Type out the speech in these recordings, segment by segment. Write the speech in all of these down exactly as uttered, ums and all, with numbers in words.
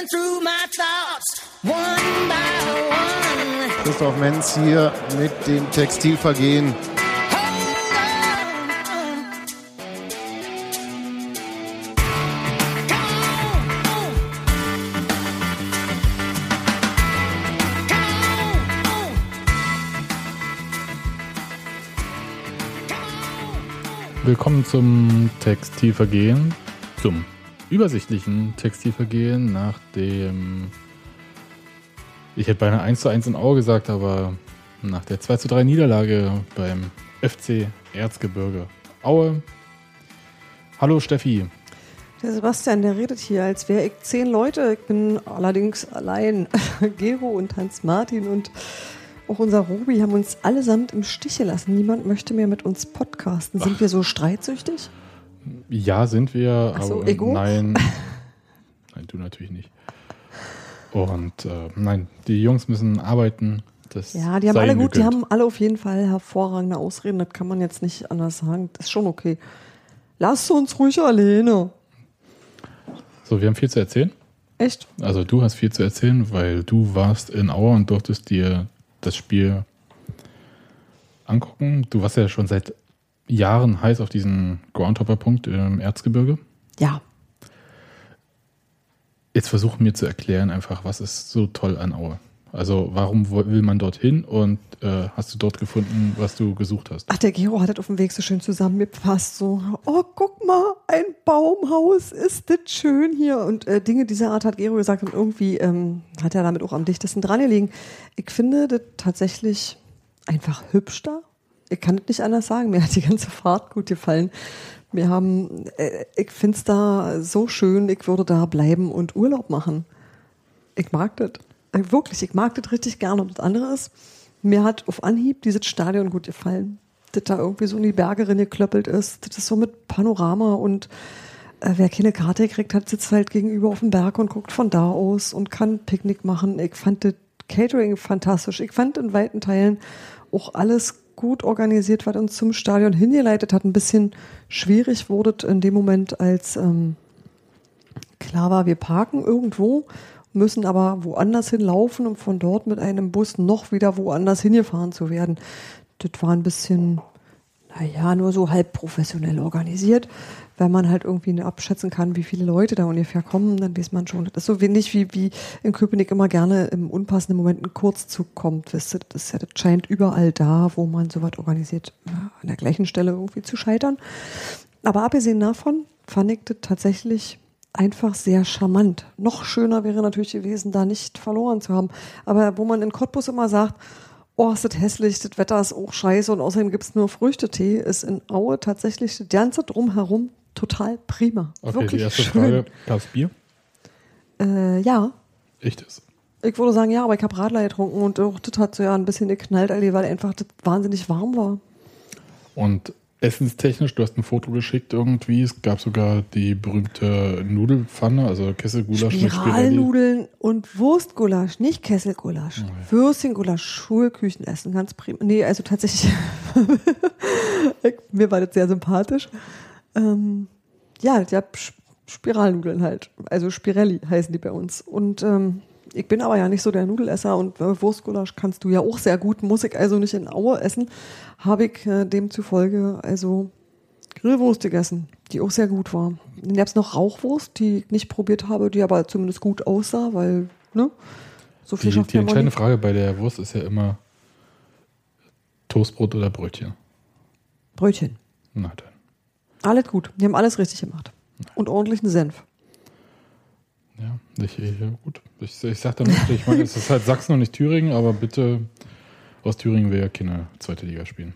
Christoph Menz hier mit dem Textilvergehen. Willkommen zum Textilvergehen, zum übersichtlichen Textilvergehen nach dem, ich hätte beinahe eins zu eins in Aue gesagt, aber nach der zwei zu drei Niederlage beim F C Erzgebirge Aue. Hallo Steffi. Der Sebastian, der redet hier, als wäre ich zehn Leute. Ich bin allerdings allein. Gero und Hans-Martin und auch unser Robi haben uns allesamt im Stich gelassen. Niemand möchte mehr mit uns podcasten. Sind Ach. wir so streitsüchtig? Ja, sind wir. Ach so, aber Ego? Nein, nein, du natürlich nicht. Und äh, nein, die Jungs müssen arbeiten. Das ja, die haben alle gut, gegönnt. Die haben alle auf jeden Fall hervorragende Ausreden. Das kann man jetzt nicht anders sagen. Das ist schon okay. Lasst uns ruhig alleine. So, wir haben viel zu erzählen. Echt? Also du hast viel zu erzählen, weil du warst in Aue und durftest dir das Spiel angucken. Du warst ja schon seit Jahren heiß auf diesen Groundhopper-Punkt im Erzgebirge. Ja. Jetzt versuch mir zu erklären einfach, was ist so toll an Aue? Also warum will man dorthin und äh, hast du dort gefunden, was du gesucht hast? Ach, der Gero hat das auf dem Weg so schön zusammengepasst. So, oh, guck mal, ein Baumhaus, ist das schön hier. Und äh, Dinge dieser Art hat Gero gesagt und irgendwie ähm, hat er damit auch am dichtesten dran gelegen. Ich finde das tatsächlich einfach hübsch da. Ich kann das nicht anders sagen. Mir hat die ganze Fahrt gut gefallen. Wir haben, äh, ich finde es da so schön, ich würde da bleiben und Urlaub machen. Ich mag das. Wirklich, ich mag das richtig gerne. Und das andere ist, mir hat auf Anhieb dieses Stadion gut gefallen. Das da irgendwie so in die Berge geklöppelt ist. Das ist so mit Panorama und äh, wer keine Karte gekriegt hat, sitzt halt gegenüber auf dem Berg und guckt von da aus und kann Picknick machen. Ich fand das Catering fantastisch. Ich fand in weiten Teilen auch alles gut organisiert, was uns zum Stadion hingeleitet hat. Ein bisschen schwierig wurde es in dem Moment, als ähm, klar war, wir parken irgendwo, müssen aber woanders hinlaufen, um von dort mit einem Bus noch wieder woanders hingefahren zu werden. Das war ein bisschen, naja, nur so halb professionell organisiert. Wenn man halt irgendwie abschätzen kann, wie viele Leute da ungefähr kommen, dann weiß man schon. Das ist so wenig wie, wie in Köpenick immer gerne im unpassenden Moment ein Kurzzug kommt. Wisst ihr, das, ist ja, das scheint überall da, wo man sowas organisiert, ja, an der gleichen Stelle irgendwie zu scheitern. Aber abgesehen davon fand ich das tatsächlich einfach sehr charmant. Noch schöner wäre natürlich gewesen, da nicht verloren zu haben. Aber wo man in Cottbus immer sagt, oh, ist das hässlich, das Wetter ist auch scheiße und außerdem gibt es nur Früchtetee, ist in Aue tatsächlich das ganze Drumherum total prima. Okay, wirklich die erste schön. Frage, gab es Bier? Äh, ja. Echtes? Ich würde sagen, ja, aber ich habe Radler getrunken und auch das hat so ja ein bisschen geknallt, weil einfach das wahnsinnig warm war. Und essenstechnisch, du hast ein Foto geschickt irgendwie, es gab sogar die berühmte Nudelpfanne, also Kesselgulasch mit Spiralnudeln und Wurstgulasch, nicht Kesselgulasch. Oh ja. Würstchengulasch, Schulküchenessen, ganz prima. Nee, also tatsächlich, mir war das sehr sympathisch. Ähm, ja, ich habe Spiralnudeln halt, also Spirelli heißen die bei uns. Und ähm, ich bin aber ja nicht so der Nudelesser und äh, Wurstgulasch kannst du ja auch sehr gut, muss ich also nicht in Aue essen, habe ich äh, demzufolge also Grillwurst gegessen, die auch sehr gut war. Dann gab es noch Rauchwurst, die ich nicht probiert habe, die aber zumindest gut aussah, weil, ne, so viel Die, schafft die man entscheidende nicht. Frage bei der Wurst ist ja immer Toastbrot oder Brötchen. Brötchen. Na dann. Alles gut, die haben alles richtig gemacht. Und ordentlichen Senf. Ja, ich, ich, ja gut. Ich, ich sag damit, ich meine, es ist halt Sachsen und nicht Thüringen, aber bitte, aus Thüringen will ja keine zweite Liga spielen.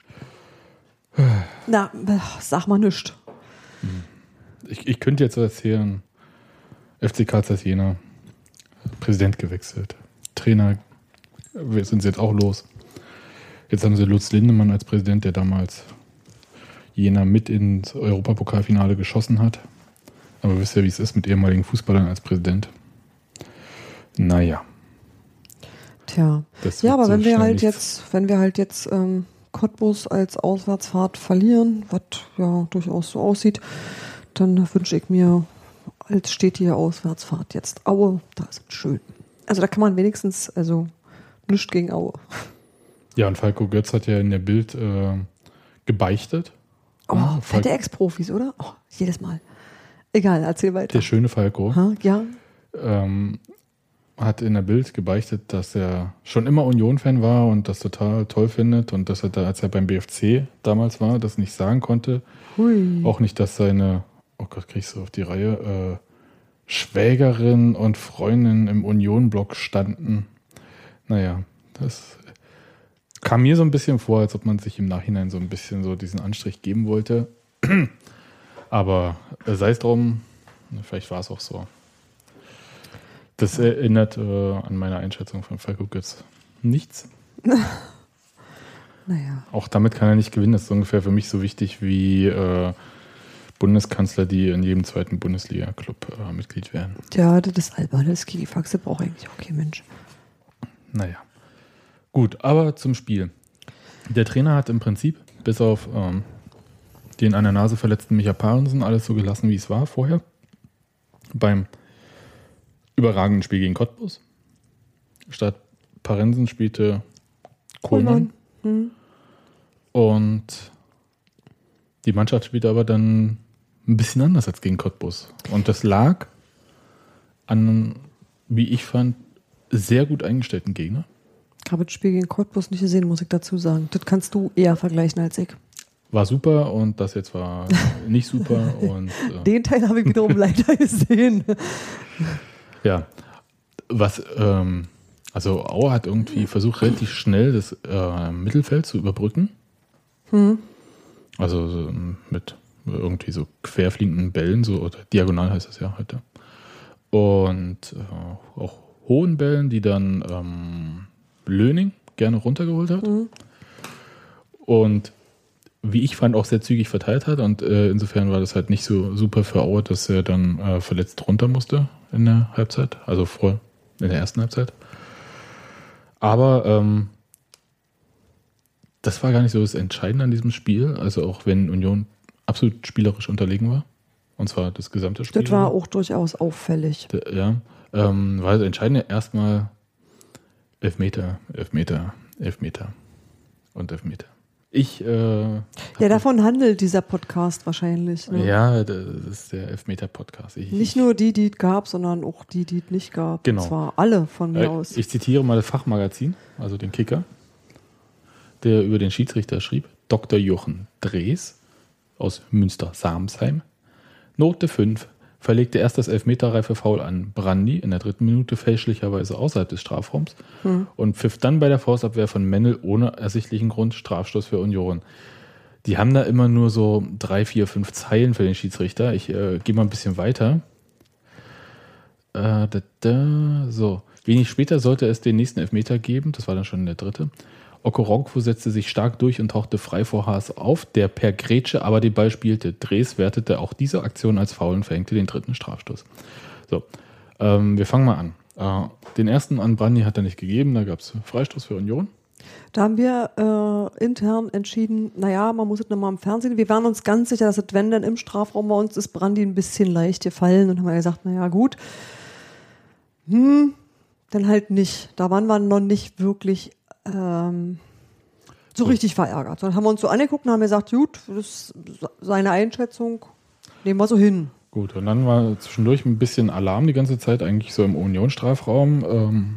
Na, sag mal nichts. Ich, ich könnte jetzt erzählen, F C Karl Zeiss Jena, Präsident gewechselt, Trainer, wir sind jetzt auch los. Jetzt haben sie Lutz Lindemann als Präsident, der damals Jena mit ins Europapokalfinale geschossen hat. Aber wisst ihr, wie es ist mit ehemaligen Fußballern als Präsident? Naja. Tja. Ja, aber so wenn wir halt jetzt, wenn wir halt jetzt ähm, Cottbus als Auswärtsfahrt verlieren, was ja durchaus so aussieht, dann wünsche ich mir als stetige Auswärtsfahrt jetzt. Aue, da ist es schön. Also da kann man wenigstens, also nichts gegen Aue. Ja, und Falco Götz hat ja in der Bild äh, gebeichtet. Oh, ja, fette Ex-Profis, oder? Oh, jedes Mal. Egal, erzähl weiter. Der schöne Falco. Ha, ja. Ähm, hat in der Bild gebeichtet, dass er schon immer Union-Fan war und das total toll findet und dass er da, als er beim B F C damals war, das nicht sagen konnte. Hui. Auch nicht, dass seine, oh Gott, kriegst du auf die Reihe, äh, Schwägerin und Freundin im Union-Block standen. Naja, das kam mir so ein bisschen vor, als ob man sich im Nachhinein so ein bisschen so diesen Anstrich geben wollte. Aber äh, sei es drum, vielleicht war es auch so. Das erinnert äh, an meine Einschätzung von Falco Götz nichts. Naja. Auch damit kann er nicht gewinnen. Das ist ungefähr für mich so wichtig wie äh, Bundeskanzler, die in jedem zweiten Bundesliga-Club äh, Mitglied werden. Ja, das ist albern. Das Kikifaxe braucht eigentlich auch kein Mensch. Naja. Gut, aber zum Spiel. Der Trainer hat im Prinzip, bis auf ähm, den an der Nase verletzten Micha Parensen, alles so gelassen, wie es war vorher. Beim überragenden Spiel gegen Cottbus. Statt Parensen spielte Kohlmann. Hm. Und die Mannschaft spielte aber dann ein bisschen anders als gegen Cottbus. Und das lag an, wie ich fand, sehr gut eingestellten Gegner. Ich habe das Spiel gegen Cottbus nicht gesehen, muss ich dazu sagen. Das kannst du eher vergleichen als ich. War super und das jetzt war nicht super. Und, äh, Den Teil habe ich wiederum leider gesehen. Ja, was, ähm, also Auer hat irgendwie versucht, relativ schnell das äh, Mittelfeld zu überbrücken. Hm. Also so mit irgendwie so querfliegenden Bällen, so, oder diagonal heißt das ja heute. Und äh, auch hohen Bällen, die dann ähm, Löning gerne runtergeholt hat. Mhm. Und wie ich fand, auch sehr zügig verteilt hat. Und äh, insofern war das halt nicht so super für Aue, dass er dann äh, verletzt runter musste in der Halbzeit. Also vor, in der ersten Halbzeit. Aber ähm, das war gar nicht so das Entscheidende an diesem Spiel. Also auch wenn Union absolut spielerisch unterlegen war. Und zwar das gesamte Spiel. Das war auch durchaus auffällig. D- Ja, ähm, war das Entscheidende erstmal Elfmeter, Elfmeter, Elfmeter und Elfmeter. Ich, äh, Ja, davon handelt dieser Podcast wahrscheinlich. Ne? ja, das ist der Elfmeter-Podcast. Ich, Nicht nur die, die es gab, sondern auch die, die es nicht gab. Genau. Und zwar alle von mir äh, aus. ich zitiere mal das Fachmagazin, also den Kicker, der über den Schiedsrichter schrieb, Doktor Jochen Drees aus Münster-Samsheim, Note fünf, verlegte erst das elfmeterreife Foul an Brandy in der dritten Minute fälschlicherweise außerhalb des Strafraums Hm. und pfiff dann bei der Faustabwehr von Mennel ohne ersichtlichen Grund Strafstoß für Union. Die haben da immer nur so drei, vier, fünf Zeilen für den Schiedsrichter. Ich äh, gehe mal ein bisschen weiter. Äh, da, da, so. Wenig später sollte es den nächsten Elfmeter geben. Das war dann schon der dritte. Okoronkwo setzte sich stark durch und tauchte frei vor Haas auf, der per Grätsche aber den Ball spielte. Drees wertete auch diese Aktion als Foul und verhängte den dritten Strafstoß. So, ähm, wir fangen mal an. Äh, den ersten an Brandy hat er nicht gegeben, da gab es Freistoß für Union. Da haben wir äh, intern entschieden, naja, man muss es nochmal im Fernsehen. Wir waren uns ganz sicher, dass es, wenn dann im Strafraum bei uns ist, Brandy ein bisschen leicht gefallen und haben wir gesagt, naja, gut. Hm, dann halt nicht. Da waren wir noch nicht wirklich ähm, so richtig verärgert. Dann haben wir uns so angeguckt und haben gesagt, gut, das ist seine Einschätzung, nehmen wir so hin. Gut, und dann war zwischendurch ein bisschen Alarm die ganze Zeit, eigentlich so im Union-Strafraum. Ähm,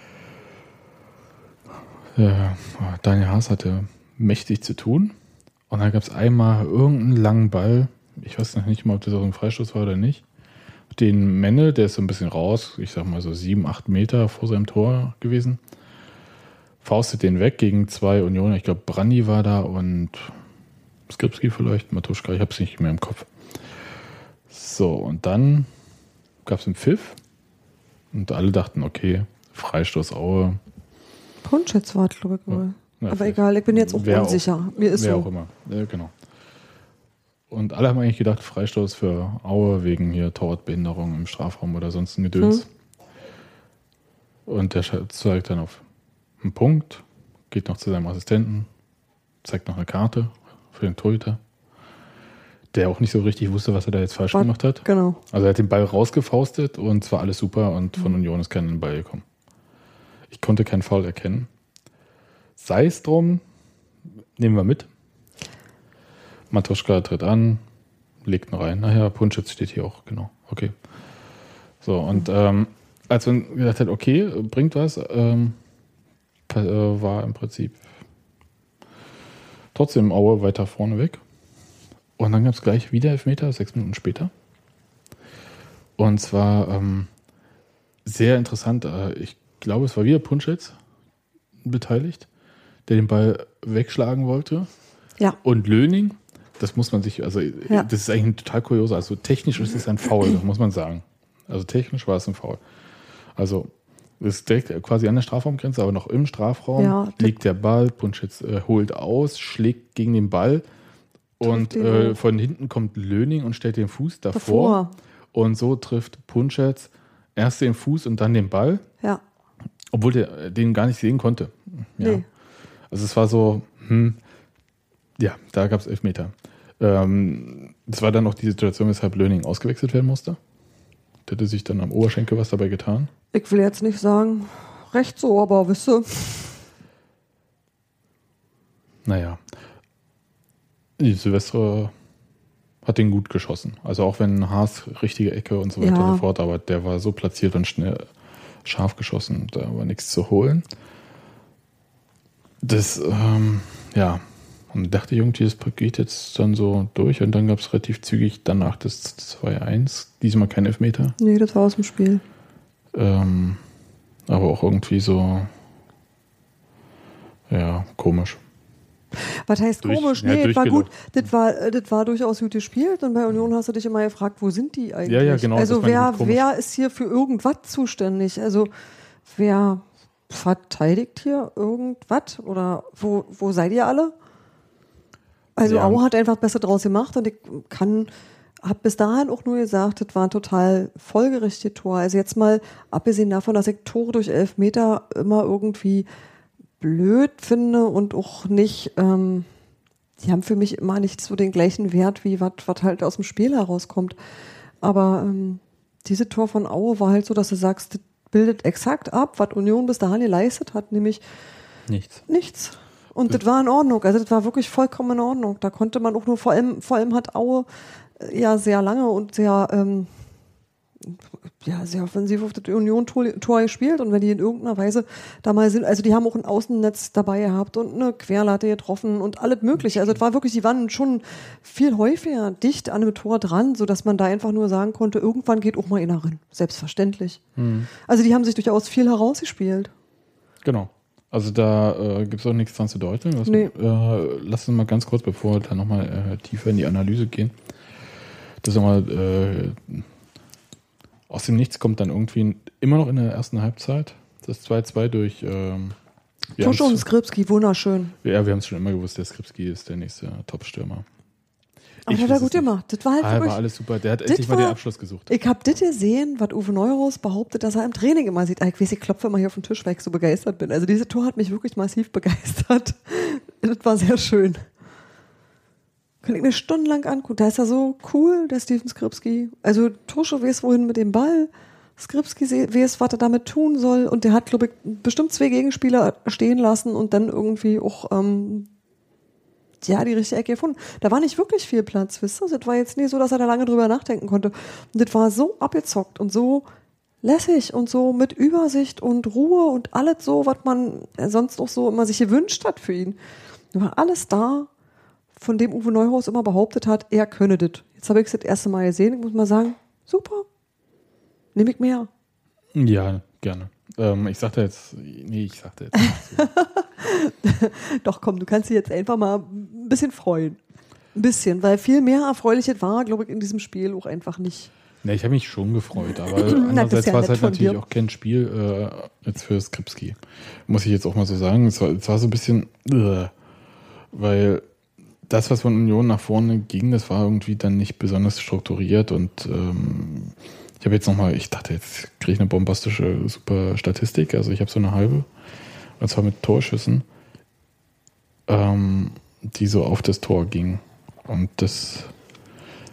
ja, Daniel Haas hatte mächtig zu tun. Und dann gab es einmal irgendeinen langen Ball, ich weiß noch nicht mal, ob das auch ein Freistoß war oder nicht, den Mennel, der ist so ein bisschen raus, ich sag mal so sieben, acht Meter vor seinem Tor gewesen, faustet den weg gegen zwei Unioner. Ich glaube, Brandy war da und Skripski vielleicht, Matuschka, ich habe es nicht mehr im Kopf. So, und dann gab es einen Pfiff und alle dachten, okay, Freistoß Aue. Punschitz war, glaube ich, mal. Ja, Aber vielleicht. egal, ich bin jetzt auch Wer unsicher. Auch, Mir ist wer so. auch immer, ja, genau. Und alle haben eigentlich gedacht, Freistoß für Aue wegen hier Torwartbehinderung im Strafraum oder sonst ein Gedöns. Hm. Und der zeigt dann auf einen Punkt, geht noch zu seinem Assistenten, zeigt noch eine Karte für den Torhüter. der auch nicht so richtig wusste, was er da jetzt falsch War, gemacht hat. Genau. Also er hat den Ball rausgefaustet und es war alles super und von Union ist kein Ball gekommen. Ich konnte keinen Foul erkennen. Sei es drum, nehmen wir mit. Matuschka tritt an, legt ihn rein. Naja, Punschitz steht hier auch, genau. Okay. So, und ähm, als man gedacht hat, okay, bringt was, ähm, äh, war im Prinzip trotzdem Aue weiter vorne weg. Und dann gab es gleich wieder Elfmeter, sechs Minuten später. Und zwar ähm, sehr interessant, äh, ich glaube, es war wieder Punschitz beteiligt, der den Ball wegschlagen wollte. Ja. Und Löning, das muss man sich, also Ja. das ist eigentlich ein total kurioser, also technisch ist es ein Foul, das muss man sagen. Also technisch war es ein Foul. Also es ist direkt quasi an der Strafraumgrenze, aber noch im Strafraum Ja, liegt der Ball, Punschitz äh, holt aus, schlägt gegen den Ball und den äh, auch. von hinten kommt Löning und stellt den Fuß davor. Davor. Und so trifft Punschitz erst den Fuß und dann den Ball, Ja. obwohl der den gar nicht sehen konnte. Ja. Nee. Also es war so, hm, ja, da gab es Elfmeter. Ähm, das war dann auch die Situation, weshalb Löning ausgewechselt werden musste. Der hätte sich dann am Oberschenkel was dabei getan. Ich will jetzt nicht sagen, recht so, aber wisst ihr. Naja. Die Silvestre hat den gut geschossen. Also auch wenn Haas richtige Ecke und so weiter Ja. und so fort, aber der war so platziert und schnell scharf geschossen, da war nichts zu holen. Das, ähm, ja, und dachte ich irgendwie, das geht jetzt dann so durch und dann gab es relativ zügig danach das zwei eins, diesmal kein Elfmeter. Nee, das war aus dem Spiel. Ähm, aber auch irgendwie so, ja, komisch. Was heißt Durch- komisch? ja, Nee, das war gut. durchgelaufen. Das war, äh, das war durchaus gut gespielt und bei Union hast du dich immer gefragt, wo sind die eigentlich? Ja, ja, genau, Also das meine ich wer, mit komisch. wer ist hier für irgendwas zuständig? Also wer verteidigt hier irgendwas? Oder wo, wo seid ihr alle? Also Ja. Aue hat einfach besser draus gemacht und ich kann, habe bis dahin auch nur gesagt, das war ein total folgerichtetes Tor. Also jetzt mal abgesehen davon, dass ich Tore durch Elfmeter immer irgendwie blöd finde und auch nicht, ähm, die haben für mich immer nicht so den gleichen Wert, wie was halt aus dem Spiel herauskommt. Aber ähm, diese Tor von Aue war halt so, dass du sagst, das bildet exakt ab, was Union bis dahin geleistet hat, nämlich Nichts. nichts. Und das war in Ordnung. Also das war wirklich vollkommen in Ordnung. Da konnte man auch nur, vor allem, vor allem hat Aue äh, ja sehr lange und sehr, ähm, ja, sehr offensiv auf das Union-Tor gespielt. Und wenn die in irgendeiner Weise da mal sind, also die haben auch ein Außennetz dabei gehabt und eine Querlatte getroffen und alles Mögliche. Also es war wirklich, die waren schon viel häufiger dicht an dem Tor dran, sodass man da einfach nur sagen konnte, irgendwann geht auch mal einer rein. Selbstverständlich. Mhm. Also die haben sich durchaus viel herausgespielt. Genau. Also da äh, gibt es auch nichts dran zu deuten. Lass, Nee. äh, lass uns mal ganz kurz, bevor wir dann nochmal äh, tiefer in die Analyse gehen. Das nochmal, äh, aus dem Nichts kommt dann irgendwie immer noch in der ersten Halbzeit das zwei zwei durch ähm, wir Tusch und haben's- Skripski, wunderschön. Ja, wir haben es schon immer gewusst, der Skripski ist der nächste Top-Stürmer. Aber Ich das hat er weiß es gut nicht. gemacht. Das war halt Ah, wirklich, war alles super. Der hat Das endlich mal den war- Abschluss gesucht. ich habe das gesehen, was Uwe Neuhaus behauptet, dass er im Training immer sieht. Ah, Ich weiß, ich klopfe immer hier auf den Tisch, weil ich so begeistert bin. Also dieses Tor hat mich wirklich massiv begeistert. Das war sehr schön. Kann ich mir stundenlang angucken. Da ist er so cool, der Steven Skripski. Also Tusche weiß wohin mit dem Ball. Skripski se- weiß, was er damit tun soll. Und der hat, glaube ich, bestimmt zwei Gegenspieler stehen lassen und dann irgendwie auch ähm, ja, die richtige Ecke gefunden. Da war nicht wirklich viel Platz, wisst ihr? Das war jetzt nie so, dass er da lange drüber nachdenken konnte. Und das war so abgezockt und so lässig und so mit Übersicht und Ruhe und alles so, was man sonst noch so immer sich gewünscht hat für ihn. Da war alles da, von dem Uwe Neuhaus immer behauptet hat, er könne das. Jetzt habe ich es das erste Mal gesehen. Ich muss mal sagen, super. Nehme ich mehr. Ja, gerne. Ähm, ich sagte jetzt, nee, ich sagte jetzt nicht so. Doch, komm, du kannst dich jetzt einfach mal ein bisschen freuen. Ein bisschen, weil viel mehr Erfreuliches war, glaube ich, in diesem Spiel auch einfach nicht. Nee, ich habe mich schon gefreut, aber das ist andererseits ja war es nett halt von natürlich dir. auch kein Spiel äh, jetzt für Skripski. Muss ich jetzt auch mal so sagen. Es war, es war so ein bisschen, äh, weil das, was von Union nach vorne ging, das war irgendwie dann nicht besonders strukturiert und ähm, ich habe jetzt nochmal, ich dachte, jetzt kriege ich eine bombastische, super Statistik. Also ich habe so eine halbe, und zwar mit Torschüssen, ähm, die so auf das Tor gingen. Und das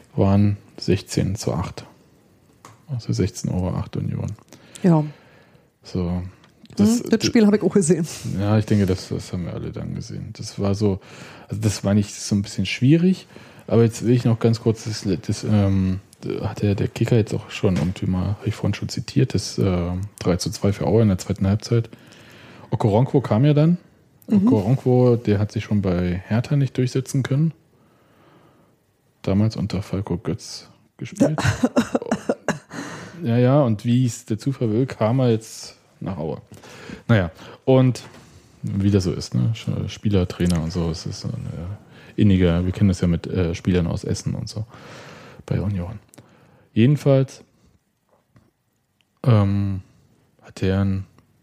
waren sechzehn zu acht. Also sechzehn Euro acht Union. Ja. So. Das, das Spiel habe ich auch gesehen. Ja, ich denke, das, das haben wir alle dann gesehen. Das war so, also das war nicht so ein bisschen schwierig, aber jetzt will ich noch ganz kurz, das, das ähm, hat der, der Kicker jetzt auch schon irgendwie mal, habe ich vorhin schon zitiert, das äh, drei zu zwei für Aue in der zweiten Halbzeit. Okoronkwo kam ja dann. Mhm. Okoronkwo, der hat sich schon bei Hertha nicht durchsetzen können. Damals unter Falco Götz gespielt. Ja, ja, und wie es der Zufall will, kam er jetzt nach Aue. Naja, und wie das so ist, ne? Spieler, Trainer und so, es ist ein äh, inniger, wir kennen das ja mit äh, Spielern aus Essen und so bei Union. Jedenfalls ähm, hat der einen,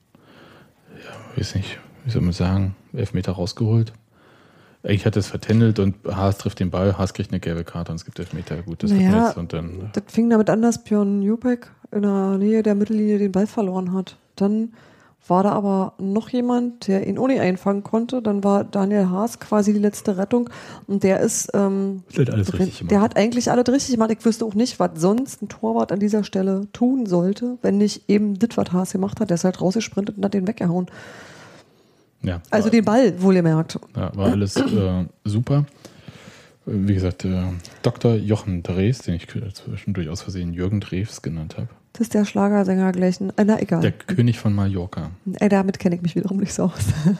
ja, weiß nicht, wie soll man sagen, Elfmeter rausgeholt. Eigentlich hat er es vertändelt und Haas trifft den Ball, Haas kriegt eine gelbe Karte und es gibt Elfmeter. Gut, das naja, wird jetzt und dann. Das fing damit an, dass Björn Jupek in der Nähe der Mittellinie den Ball verloren hat. Dann war da aber noch jemand, der ihn ohne einfangen konnte. Dann war Daniel Haas quasi die letzte Rettung und der ist ähm, der hat alles richtig gemacht. Der hat eigentlich alles richtig gemacht. Ich wüsste auch nicht, was sonst ein Torwart an dieser Stelle tun sollte, wenn nicht eben das, was Haas gemacht hat. Der ist halt rausgesprintet und hat den weggehauen. Ja, also war, den Ball, wohlgemerkt. Ja, war alles äh, super. Wie gesagt, äh, Doktor Jochen Drees, den ich zwischendurch aus Versehen Jürgen Drews genannt habe. Das ist der Schlagersänger gleichen. Äh, na, egal. Der König von Mallorca. Ey, damit kenne ich mich wiederum nicht so aus.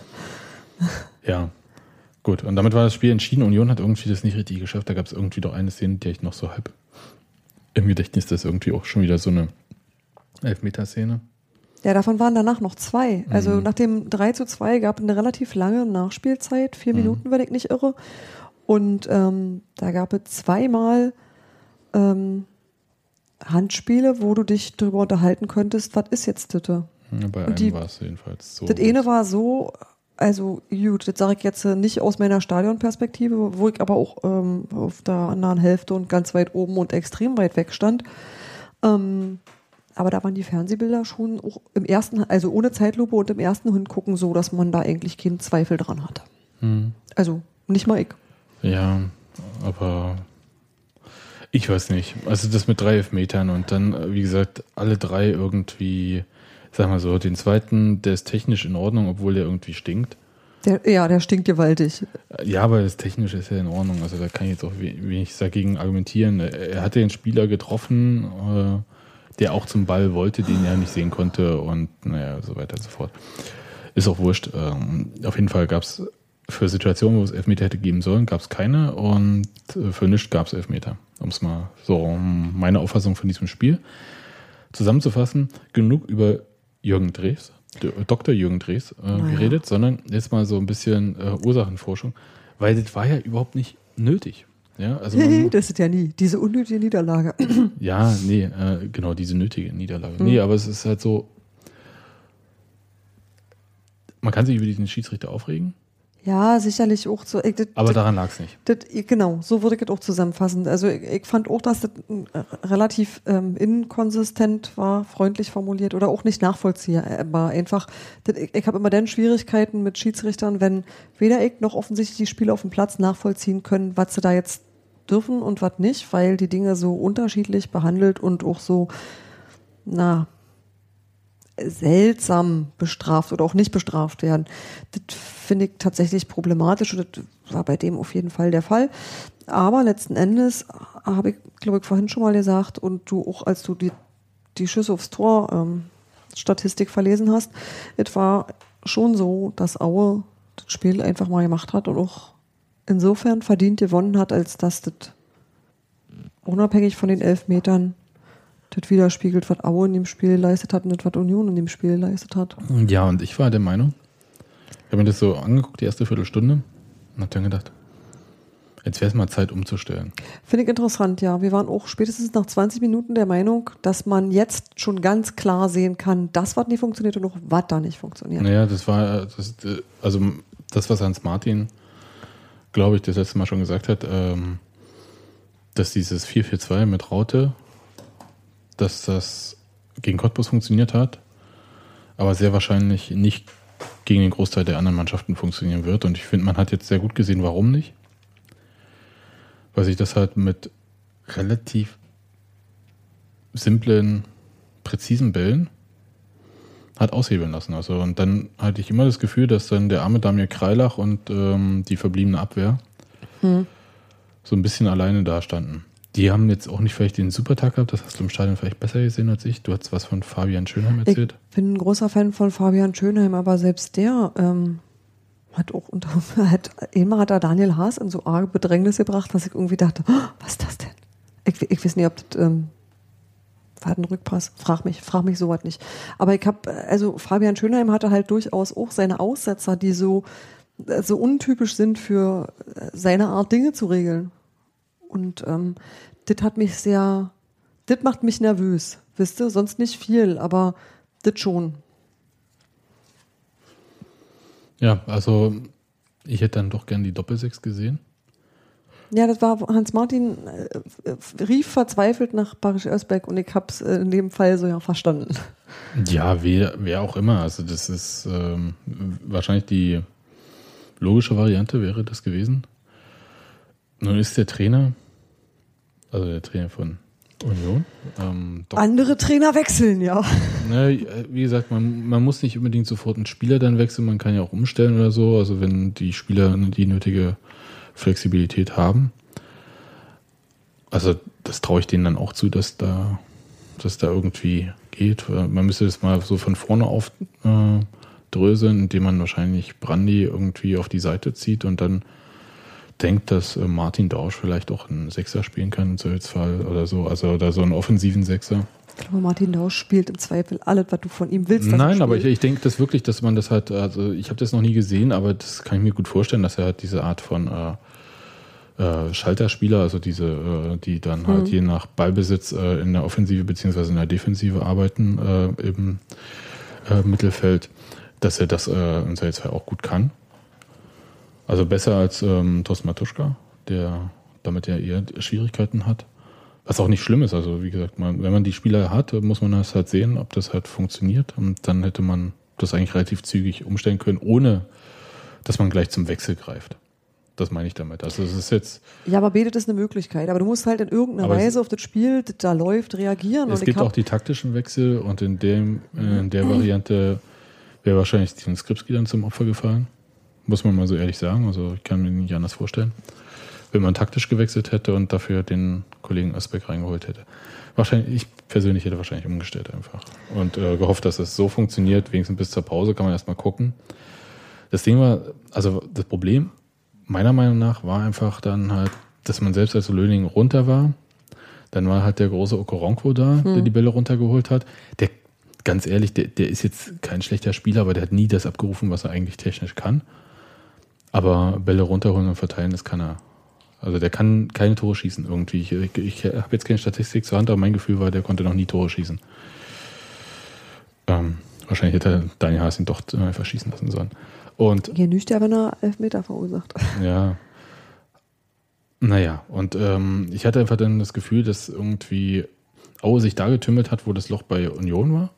Ja, gut. Und damit war das Spiel entschieden. Union hat irgendwie das nicht richtig geschafft. Da gab es irgendwie doch eine Szene, die ich noch so halb im Gedächtnis, das ist irgendwie auch schon wieder so eine Elfmeterszene. Ja, davon waren danach noch zwei. Also mhm. nach dem drei zu zwei gab es eine relativ lange Nachspielzeit, vier mhm. Minuten, wenn ich nicht irre. Und ähm, da gab es zweimal ähm, Handspiele, wo du dich darüber unterhalten könntest, was ist jetzt das? Ja, bei einem war es jedenfalls so. Das eine war so, also gut, das sage ich jetzt nicht aus meiner Stadionperspektive, wo ich aber auch ähm, auf der anderen Hälfte und ganz weit oben und extrem weit weg stand. Ähm, Aber da waren die Fernsehbilder schon auch im ersten, also ohne Zeitlupe und im ersten hingucken so, dass man da eigentlich keinen Zweifel dran hat. Hm. Also nicht mal ich. Ja, aber ich weiß nicht. Also das mit drei Elfmetern und dann, wie gesagt, alle drei irgendwie, sag mal so, den zweiten, der ist technisch in Ordnung, obwohl der irgendwie stinkt. Der, ja, der stinkt gewaltig. Ja, aber das Technische ist ja in Ordnung. Also da kann ich jetzt auch wenig dagegen argumentieren. Er hat den Spieler getroffen, äh, der auch zum Ball wollte, den er nicht sehen konnte und naja, so weiter und so fort. Ist auch wurscht. Ähm, auf jeden Fall gab es für Situationen, wo es Elfmeter hätte geben sollen, gab es keine und für nichts gab es Elfmeter. Um es mal so, um meine Auffassung von diesem Spiel zusammenzufassen, genug über Jürgen Drews, Doktor Jürgen Drews äh, naja. geredet, sondern jetzt mal so ein bisschen äh, Ursachenforschung, weil das war ja überhaupt nicht nötig. Ja, also man, das ist ja nie, diese unnötige Niederlage. Ja, nee, äh, genau, diese nötige Niederlage. Mhm. Nee, aber es ist halt so, man kann sich über diesen Schiedsrichter aufregen. Ja, sicherlich auch so. Ich, das, aber das, daran lag es nicht. Das, genau, so würde ich das auch zusammenfassen. Also ich, ich fand auch, dass das relativ ähm, inkonsistent war, freundlich formuliert oder auch nicht nachvollziehbar. Einfach, das, ich, ich habe immer dann Schwierigkeiten mit Schiedsrichtern, wenn weder ich noch offensichtlich die Spieler auf dem Platz nachvollziehen können, was sie da jetzt dürfen und was nicht, weil die Dinge so unterschiedlich behandelt und auch so, na, seltsam bestraft oder auch nicht bestraft werden. Das finde ich tatsächlich problematisch und das war bei dem auf jeden Fall der Fall. Aber letzten Endes habe ich, glaube ich, vorhin schon mal gesagt und du auch, als du die, die Schüsse aufs Tor ähm, Statistik verlesen hast, es war schon so, dass Aue das Spiel einfach mal gemacht hat und auch insofern verdient gewonnen hat, als dass das unabhängig von den Elfmetern das widerspiegelt, was Aue in dem Spiel geleistet hat und nicht, was Union in dem Spiel geleistet hat. Ja, und ich war der Meinung, ich habe mir das so angeguckt, die erste Viertelstunde, und habe dann gedacht, jetzt wäre es mal Zeit umzustellen. Finde ich interessant, ja. Wir waren auch spätestens nach zwanzig Minuten der Meinung, dass man jetzt schon ganz klar sehen kann, das, was nicht funktioniert und auch was da nicht funktioniert. Naja, das war, das, also das, was Hans Martin, glaube ich, das letzte Mal schon gesagt hat, ähm, dass dieses vier vier zwei mit Raute, dass das gegen Cottbus funktioniert hat, aber sehr wahrscheinlich nicht gegen den Großteil der anderen Mannschaften funktionieren wird. Und ich finde, man hat jetzt sehr gut gesehen, warum nicht. Weil sich das halt mit relativ simplen, präzisen Bällen hat aushebeln lassen. Also, und dann hatte ich immer das Gefühl, dass dann der arme Damir Kreilach und ähm, die verbliebene Abwehr hm. so ein bisschen alleine dastanden. Die haben jetzt auch nicht vielleicht den Supertag gehabt, das hast du im Stadion vielleicht besser gesehen als ich. Du hast was von Fabian Schönheim erzählt. Ich bin ein großer Fan von Fabian Schönheim, aber selbst der ähm, hat auch unter hat, immer hat er Daniel Haas in so arge Bedrängnis gebracht, dass ich irgendwie dachte, oh, was ist das denn? Ich, ich weiß nicht, ob das ähm, war ein Rückpass. Frag mich, frag mich sowas nicht. Aber ich habe, also Fabian Schönheim hatte halt durchaus auch seine Aussetzer, die so, so untypisch sind für seine Art, Dinge zu regeln. Und ähm, das hat mich sehr, das macht mich nervös, wisst ihr? Sonst nicht viel, aber das schon. Ja, also ich hätte dann doch gern die Doppelsechs gesehen. Ja, das war Hans-Martin äh, rief verzweifelt nach Barisch Özbek und ich habe es in dem Fall so ja verstanden. Ja, wer, wer auch immer. Also das ist ähm, wahrscheinlich die logische Variante wäre das gewesen. Nun ist der Trainer, also der Trainer von Union. Ähm, doch, andere Trainer wechseln, ja. Ne, wie gesagt, man, man muss nicht unbedingt sofort einen Spieler dann wechseln, man kann ja auch umstellen oder so. Also wenn die Spieler die nötige Flexibilität haben. Also das traue ich denen dann auch zu, dass da, dass da irgendwie geht. Man müsste das mal so von vorne aufdröseln, äh, indem man wahrscheinlich Brandy irgendwie auf die Seite zieht und dann denkt, dass äh, Martin Dausch vielleicht auch einen Sechser spielen kann im Zweifelsfall oder so. Also oder so einen offensiven Sechser. Ich glaube, Martin Dausch spielt im Zweifel alles, was du von ihm willst. Nein, aber ich, ich denke das wirklich, dass man das halt, also ich habe das noch nie gesehen, aber das kann ich mir gut vorstellen, dass er halt diese Art von äh, äh, Schalterspieler, also diese, äh, die dann mhm. halt je nach Ballbesitz äh, in der Offensive beziehungsweise in der Defensive arbeiten äh, im äh, Mittelfeld, dass er das äh, im Zweifelsfall auch gut kann. Also besser als ähm, Thorsten Matuschka, der damit ja eher Schwierigkeiten hat. Was auch nicht schlimm ist, also wie gesagt, man, wenn man die Spieler hat, muss man das halt sehen, ob das halt funktioniert und dann hätte man das eigentlich relativ zügig umstellen können, ohne dass man gleich zum Wechsel greift. Das meine ich damit. Also es ist jetzt... Ja, aber betet ist eine Möglichkeit, aber du musst halt in irgendeiner Weise auf das Spiel, das da läuft, reagieren. Es und gibt auch die taktischen Wechsel und in, dem, in der Variante wäre wahrscheinlich Steven Skripski dann zum Opfer gefallen, muss man mal so ehrlich sagen, also ich kann mir nicht anders vorstellen. Wenn man taktisch gewechselt hätte und dafür den Kollegen Özbek reingeholt hätte. Wahrscheinlich, ich persönlich hätte wahrscheinlich umgestellt einfach. Und äh, gehofft, dass es so funktioniert, wenigstens bis zur Pause, kann man erstmal gucken. Das Ding war, also das Problem, meiner Meinung nach, war einfach dann halt, dass man selbst als Löning runter war. Dann war halt der große Okoronkwo da, hm. der die Bälle runtergeholt hat. Der, ganz ehrlich, der, der ist jetzt kein schlechter Spieler, aber der hat nie das abgerufen, was er eigentlich technisch kann. Aber Bälle runterholen und verteilen, das kann er. Also der kann keine Tore schießen irgendwie. Ich, ich, ich habe jetzt keine Statistik zur Hand, aber mein Gefühl war, der konnte noch nie Tore schießen. Ähm, wahrscheinlich hätte Daniel Haas ihn doch einfach schießen lassen sollen. Und hier nüscht ja, wenn er Elfmeter verursacht. Ja. Naja, und ähm, ich hatte einfach dann das Gefühl, dass irgendwie Aue sich da getümmelt hat, wo das Loch bei Union war.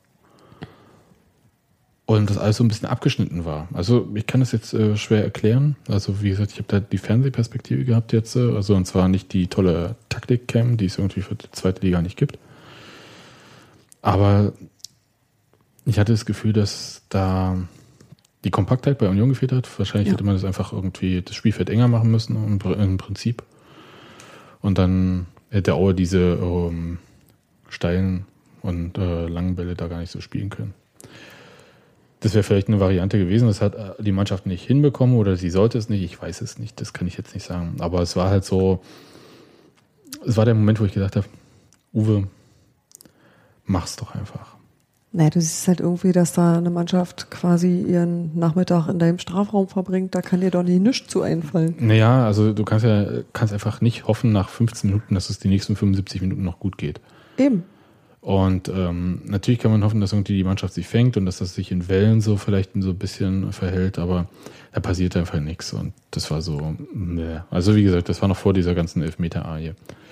Und das alles so ein bisschen abgeschnitten war. Also ich kann das jetzt äh, schwer erklären. Also wie gesagt, ich habe da die Fernsehperspektive gehabt jetzt. Äh, also und zwar nicht die tolle Taktik-Cam, die es irgendwie für die zweite Liga nicht gibt. Aber ich hatte das Gefühl, dass da die Kompaktheit bei Union gefehlt hat. Wahrscheinlich ja. hätte man das einfach irgendwie das Spielfeld enger machen müssen im Prinzip. Und dann hätte Aue diese ähm, steilen und äh, langen Bälle da gar nicht so spielen können. Das wäre vielleicht eine Variante gewesen. Das hat die Mannschaft nicht hinbekommen oder sie sollte es nicht. Ich weiß es nicht. Das kann ich jetzt nicht sagen. Aber es war halt so, es war der Moment, wo ich gedacht habe, Uwe, mach's doch einfach. Naja, du siehst halt irgendwie, dass da eine Mannschaft quasi ihren Nachmittag in deinem Strafraum verbringt. Da kann dir doch nie nichts zu einfallen. Naja, also du kannst ja kannst einfach nicht hoffen nach fünfzehn Minuten, dass es die nächsten fünfundsiebzig Minuten noch gut geht. Eben. Und ähm, natürlich kann man hoffen, dass irgendwie die Mannschaft sich fängt und dass das sich in Wellen so vielleicht so ein bisschen verhält, aber da passiert einfach nichts und das war so, meh. Also wie gesagt, das war noch vor dieser ganzen Elfmeter-Arie.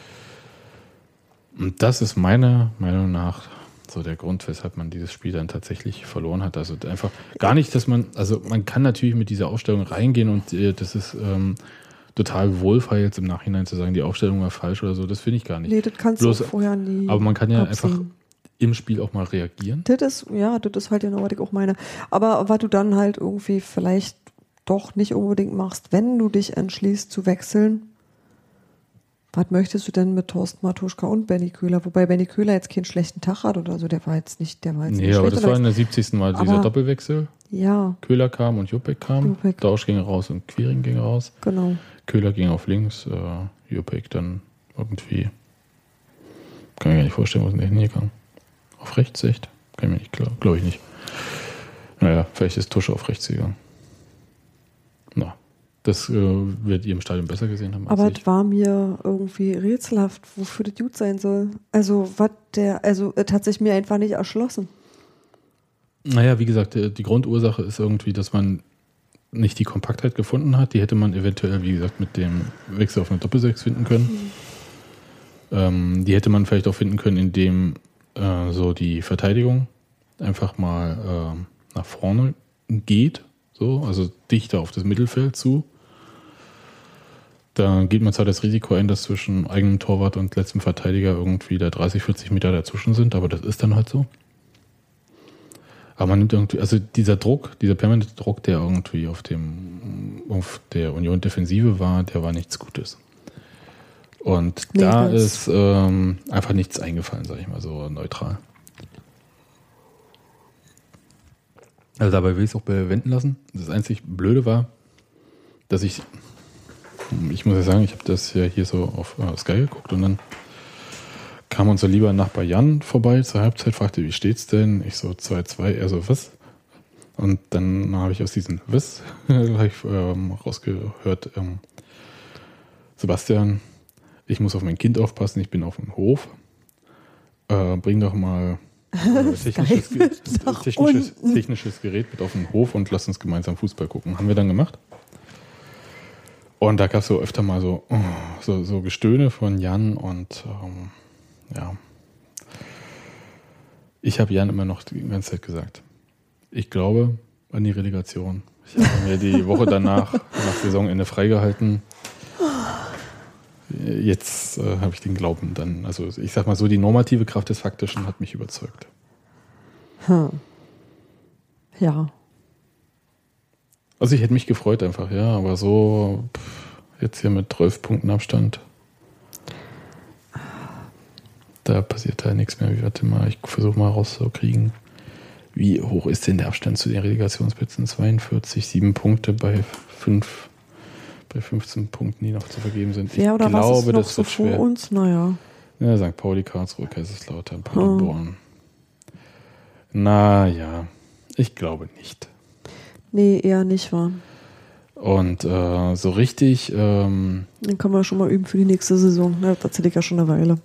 Und das ist meiner Meinung nach so der Grund, weshalb man dieses Spiel dann tatsächlich verloren hat. Also einfach gar nicht, dass man, also man kann natürlich mit dieser Aufstellung reingehen und äh, das ist ähm, total wohlfeil jetzt im Nachhinein zu sagen, die Aufstellung war falsch oder so, das finde ich gar nicht. Nee, das kannst Bloß, du auch vorher nie. Aber man kann ja absehen. einfach im Spiel auch mal reagieren. Das ist, ja, das ist halt genau, was ich auch meine. Aber was du dann halt irgendwie vielleicht doch nicht unbedingt machst, wenn du dich entschließt zu wechseln, was möchtest du denn mit Thorsten Matuschka und Benny Köhler? Wobei Benny Köhler jetzt keinen schlechten Tag hat oder so, der war jetzt nicht, der war jetzt Nee, nicht aber schlecht, das war in der siebzigsten Mal dieser aber- Doppelwechsel. Ja, Köhler kam und Juppek kam. Juppek. Dausch ging raus und Quiring ging raus. genau. Köhler ging auf links, äh, Juppek dann irgendwie, kann ich mir gar nicht vorstellen, wo sind die hingegangen? Auf rechts, echt? Kann ich mir nicht, glaube glaub ich nicht. Naja, vielleicht ist Tusche auf rechts gegangen. Na, das äh, werdet ihr im Stadion besser gesehen haben als Aber ich. es war mir irgendwie rätselhaft, wofür das gut sein soll. Also, was der, also, es hat sich mir einfach nicht erschlossen. Naja, wie gesagt, die Grundursache ist irgendwie, dass man nicht die Kompaktheit gefunden hat. Die hätte man eventuell, wie gesagt, mit dem Wechsel auf eine Doppelsechs finden können. Mhm. Ähm, die hätte man vielleicht auch finden können, indem äh, so die Verteidigung einfach mal äh, nach vorne geht, so, also dichter auf das Mittelfeld zu. Da geht man zwar das Risiko ein, dass zwischen eigenem Torwart und letztem Verteidiger irgendwie da dreißig, vierzig Meter dazwischen sind, aber das ist dann halt so. Aber man nimmt irgendwie, also dieser Druck, dieser permanente Druck, der irgendwie auf dem, auf der Union Defensive war, der war nichts Gutes. Und Nee, da ganz- ist ähm, einfach nichts eingefallen, sage ich mal so neutral. Also dabei will ich es auch bewenden lassen. Das einzig Blöde war, dass ich, ich muss ja sagen, ich habe das ja hier so auf äh, Sky geguckt und dann kam unser lieber Nachbar Jan vorbei zur Halbzeit, fragte, wie steht's denn? Ich so zwei zwei, er so, was? Und dann habe ich aus diesem was hab ich, ähm, rausgehört, ähm, Sebastian, ich muss auf mein Kind aufpassen, ich bin auf dem Hof. Äh, bring doch mal äh, technisches, Ge- nach technisches, unten. technisches Gerät mit auf den Hof und lass uns gemeinsam Fußball gucken. Haben wir dann gemacht. Und da gab es so öfter mal so, oh, so, so Gestöhne von Jan und ähm, ja. Ich habe Jan immer noch die ganze Zeit gesagt, ich glaube an die Relegation. Ich habe mir die Woche danach, nach Saisonende freigehalten. Jetzt äh, habe ich den Glauben dann, also ich sag mal so, die normative Kraft des Faktischen hat mich überzeugt. Hm. Ja. Also ich hätte mich gefreut einfach, ja, aber so pff, jetzt hier mit zwölf Punkten Abstand, da passiert halt nichts mehr. Warte mal, ich versuche mal rauszukriegen, wie hoch ist denn der Abstand zu den Relegationsplätzen? zweiundvierzig, sieben Punkte bei fünf, bei fünfzehn Punkten, die noch zu vergeben sind. Wer oder ich was glaube, ist noch das so wird vor schwer. uns? Naja. Ja, Sankt Pauli, Karlsruhe, Kaiserslautern, Paderborn. Hm. Naja, ich glaube nicht. Nee, eher nicht, wahr? Und äh, so richtig... Ähm, Dann können wir schon mal üben für die nächste Saison. Ja, das erzähle ich ja schon eine Weile.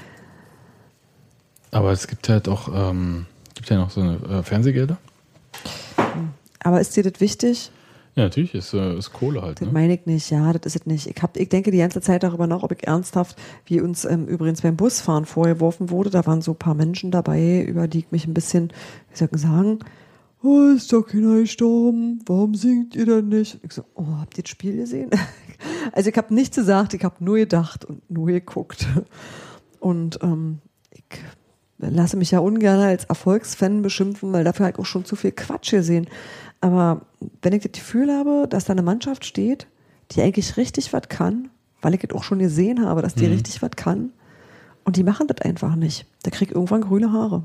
aber es gibt halt auch... Ähm, gibt ja noch so eine äh, Fernsehgelder. Aber ist dir das wichtig? Ja, natürlich, ist, äh, ist Kohle halt. Das Ne? meine ich nicht, ja, das ist es nicht. Ich, hab, ich denke die ganze Zeit darüber nach, ob ich ernsthaft, wie uns ähm, übrigens beim Busfahren vorgeworfen wurde, da waren so ein paar Menschen dabei, über die ich mich ein bisschen, wie soll ich sagen, oh, ist doch keiner gestorben, warum singt ihr denn nicht? Ich so, oh, habt ihr das Spiel gesehen? Also ich habe nichts gesagt, ich habe nur gedacht und nur geguckt. Und ähm, ich lasse mich ja ungern als Erfolgsfan beschimpfen, weil dafür habe ich auch schon zu viel Quatsch gesehen. Aber wenn ich das Gefühl habe, dass da eine Mannschaft steht, die eigentlich richtig was kann, weil ich es auch schon gesehen habe, dass die Mhm. richtig was kann, und die machen das einfach nicht, da krieg ich irgendwann grüne Haare.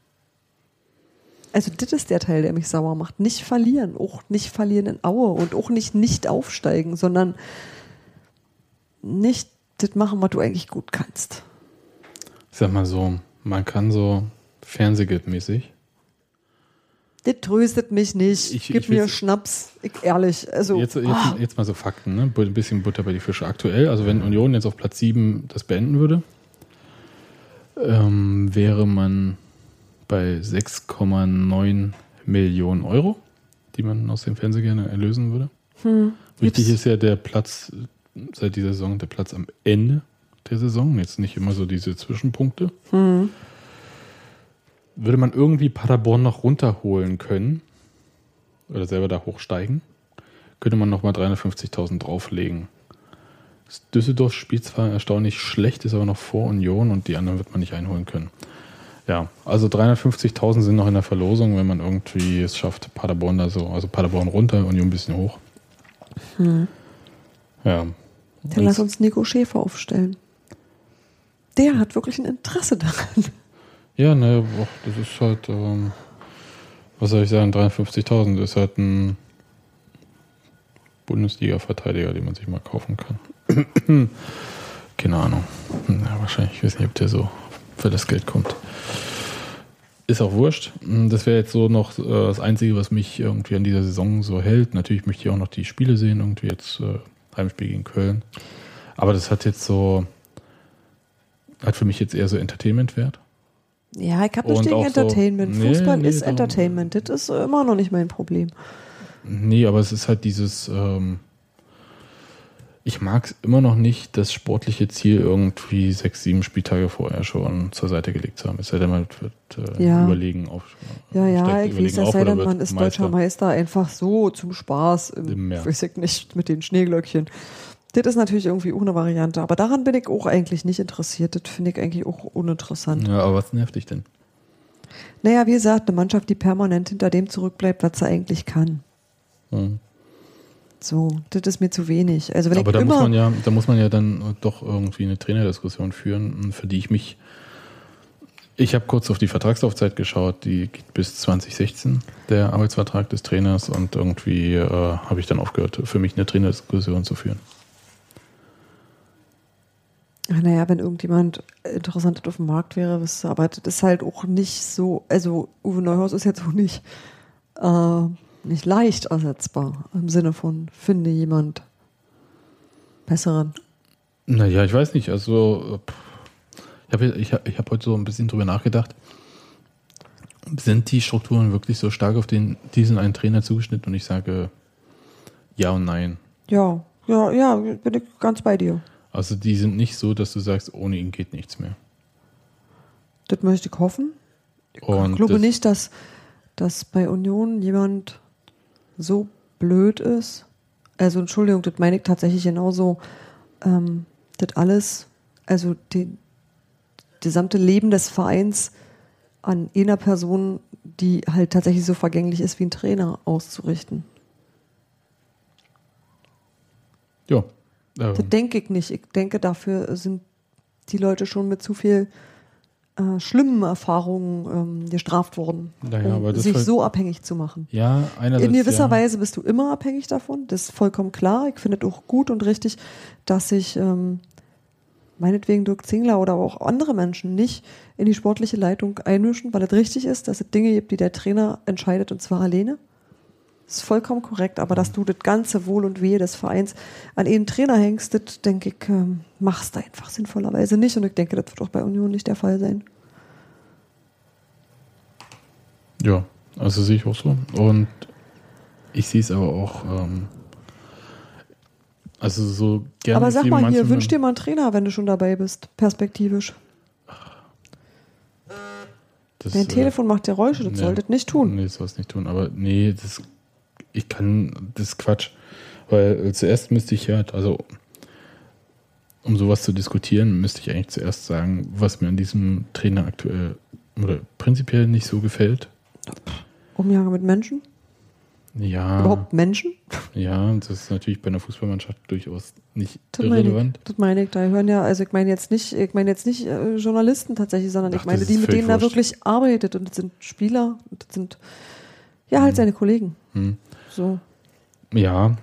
Also das ist der Teil, der mich sauer macht. Nicht verlieren, auch nicht verlieren in Aue und auch nicht nicht aufsteigen, sondern nicht das machen, was du eigentlich gut kannst. Ich sag mal so, man kann so Fernsehgeldmäßig. Das tröstet mich nicht. Ich- Gib ich mir will's- Schnaps. Ich, ehrlich. Also, Jetzt, jetzt, ah, jetzt mal so Fakten, ne? Ein bisschen Butter bei die Fische. Aktuell, also wenn Union jetzt auf Platz sieben das beenden würde, ähm, wäre man bei sechs Komma neun Millionen Euro, die man aus dem Fernsehgelder erlösen würde. hm, Wichtig gibt's- ist ja der Platz seit dieser Saison, der Platz am Ende der Saison, jetzt nicht immer so diese Zwischenpunkte. hm, Würde man irgendwie Paderborn noch runterholen können oder selber da hochsteigen, könnte man nochmal dreihundertfünfzigtausend drauflegen. Düsseldorf spielt zwar erstaunlich schlecht, ist aber noch vor Union und die anderen wird man nicht einholen können. Ja, also dreihundertfünfzigtausend sind noch in der Verlosung, wenn man irgendwie es schafft, Paderborn da so, also Paderborn runter, Union ein bisschen hoch. Hm. Ja. Dann lass uns Nico Schäfer aufstellen. Der hat wirklich ein Interesse daran. Ja, ne, das ist halt, ähm, was soll ich sagen, dreihundertfünfzigtausend ist halt ein Bundesliga-Verteidiger, den man sich mal kaufen kann. Keine Ahnung. Ja, wahrscheinlich, ich weiß nicht, ob der so für das Geld kommt. Ist auch wurscht. Das wäre jetzt so noch äh, das Einzige, was mich irgendwie an dieser Saison so hält. Natürlich möchte ich auch noch die Spiele sehen, irgendwie jetzt äh, Heimspiel gegen Köln. Aber das hat jetzt so, hat für mich jetzt eher so Entertainment-Wert. Ja, ich habe nicht gegen Entertainment. So, nee, Fußball nee, ist darum, Entertainment. Das ist immer noch nicht mein Problem. Nee, aber es ist halt dieses, ähm, ich mag es immer noch nicht, das sportliche Ziel irgendwie sechs, sieben Spieltage vorher schon zur Seite gelegt zu haben. Es sei denn, man wird äh, ja. überlegen auf. Ja, ja, ich weiß, es sei denn, man ist Meister. deutscher Meister einfach so zum Spaß, im, Im März. weiß ich nicht, mit den Schneeglöckchen. Das ist natürlich irgendwie auch eine Variante, aber daran bin ich auch eigentlich nicht interessiert. Das finde ich eigentlich auch uninteressant. Ja, aber was nervt dich denn? Naja, wie gesagt, eine Mannschaft, die permanent hinter dem zurückbleibt, was sie eigentlich kann. Hm. So, das ist mir zu wenig. Also wenn aber ich da immer muss man ja, da muss man ja dann doch irgendwie eine Trainerdiskussion führen, für die ich mich. Ich habe kurz auf die Vertragslaufzeit geschaut, die geht bis zwanzig sechzehn, der Arbeitsvertrag des Trainers, und irgendwie äh, habe ich dann aufgehört, für mich eine Trainerdiskussion zu führen. Ach, naja, wenn irgendjemand Interessantes auf dem Markt wäre, wisst ihr, aber das ist halt auch nicht so, also Uwe Neuhaus ist jetzt auch nicht, äh, nicht leicht ersetzbar, im Sinne von, finde jemand besseren. Naja, ich weiß nicht, also ich habe ich hab, ich hab heute so ein bisschen drüber nachgedacht, sind die Strukturen wirklich so stark auf den, diesen einen Trainer zugeschnitten, und ich sage ja und nein. Ja, ja, ja, bin ich ganz bei dir. Also die sind nicht so, dass du sagst, ohne ihn geht nichts mehr. Das möchte ich hoffen. Ich Und glaube das nicht, dass, dass bei Union jemand so blöd ist. Also Entschuldigung, das meine ich tatsächlich genauso. Ähm, das alles, also die, das gesamte Leben des Vereins an einer Person, die halt tatsächlich so vergänglich ist wie ein Trainer, auszurichten. Ja. Ähm, Das denke ich nicht. Ich denke, dafür sind die Leute schon mit zu viel äh, schlimmen Erfahrungen ähm, gestraft worden, naja, um aber das sich halt, so abhängig zu machen. Ja, einerseits. In gewisser ja. Weise bist du immer abhängig davon. Das ist vollkommen klar. Ich finde es auch gut und richtig, dass sich ähm, meinetwegen Dirk Zingler oder auch andere Menschen nicht in die sportliche Leitung einmischen, weil es richtig ist, dass es Dinge gibt, die der Trainer entscheidet, und zwar alleine. Das ist vollkommen korrekt, aber dass du das ganze Wohl und Wehe des Vereins an einen Trainer hängst, das, denke ich, ähm, machst du einfach sinnvollerweise nicht, und ich denke, das wird auch bei Union nicht der Fall sein. Ja, also sehe ich auch so. Und ich sehe es aber auch, ähm, also so gerne. Aber sag mal hier, wünsch dir mal einen Trainer, wenn du schon dabei bist, perspektivisch. Das, Dein äh, Telefon macht Geräusche, das ja, solltet nicht tun. Nee, das soll es nicht tun, aber nee, das, ich kann, das ist Quatsch. Weil zuerst müsste ich ja, also um sowas zu diskutieren, müsste ich eigentlich zuerst sagen, was mir an diesem Trainer aktuell oder prinzipiell nicht so gefällt. Umgang mit Menschen? Ja. Überhaupt Menschen? Ja, das ist natürlich bei einer Fußballmannschaft durchaus nicht Das meine irrelevant. ich, das meine ich. Da hören ja, also ich meine jetzt nicht, ich meine jetzt nicht äh, Journalisten tatsächlich, sondern Ach, ich meine das die, ist mit denen völlig er wurscht. wirklich arbeitet, und das sind Spieler, und das sind ja halt Hm. seine Kollegen. Hm. So. Ja.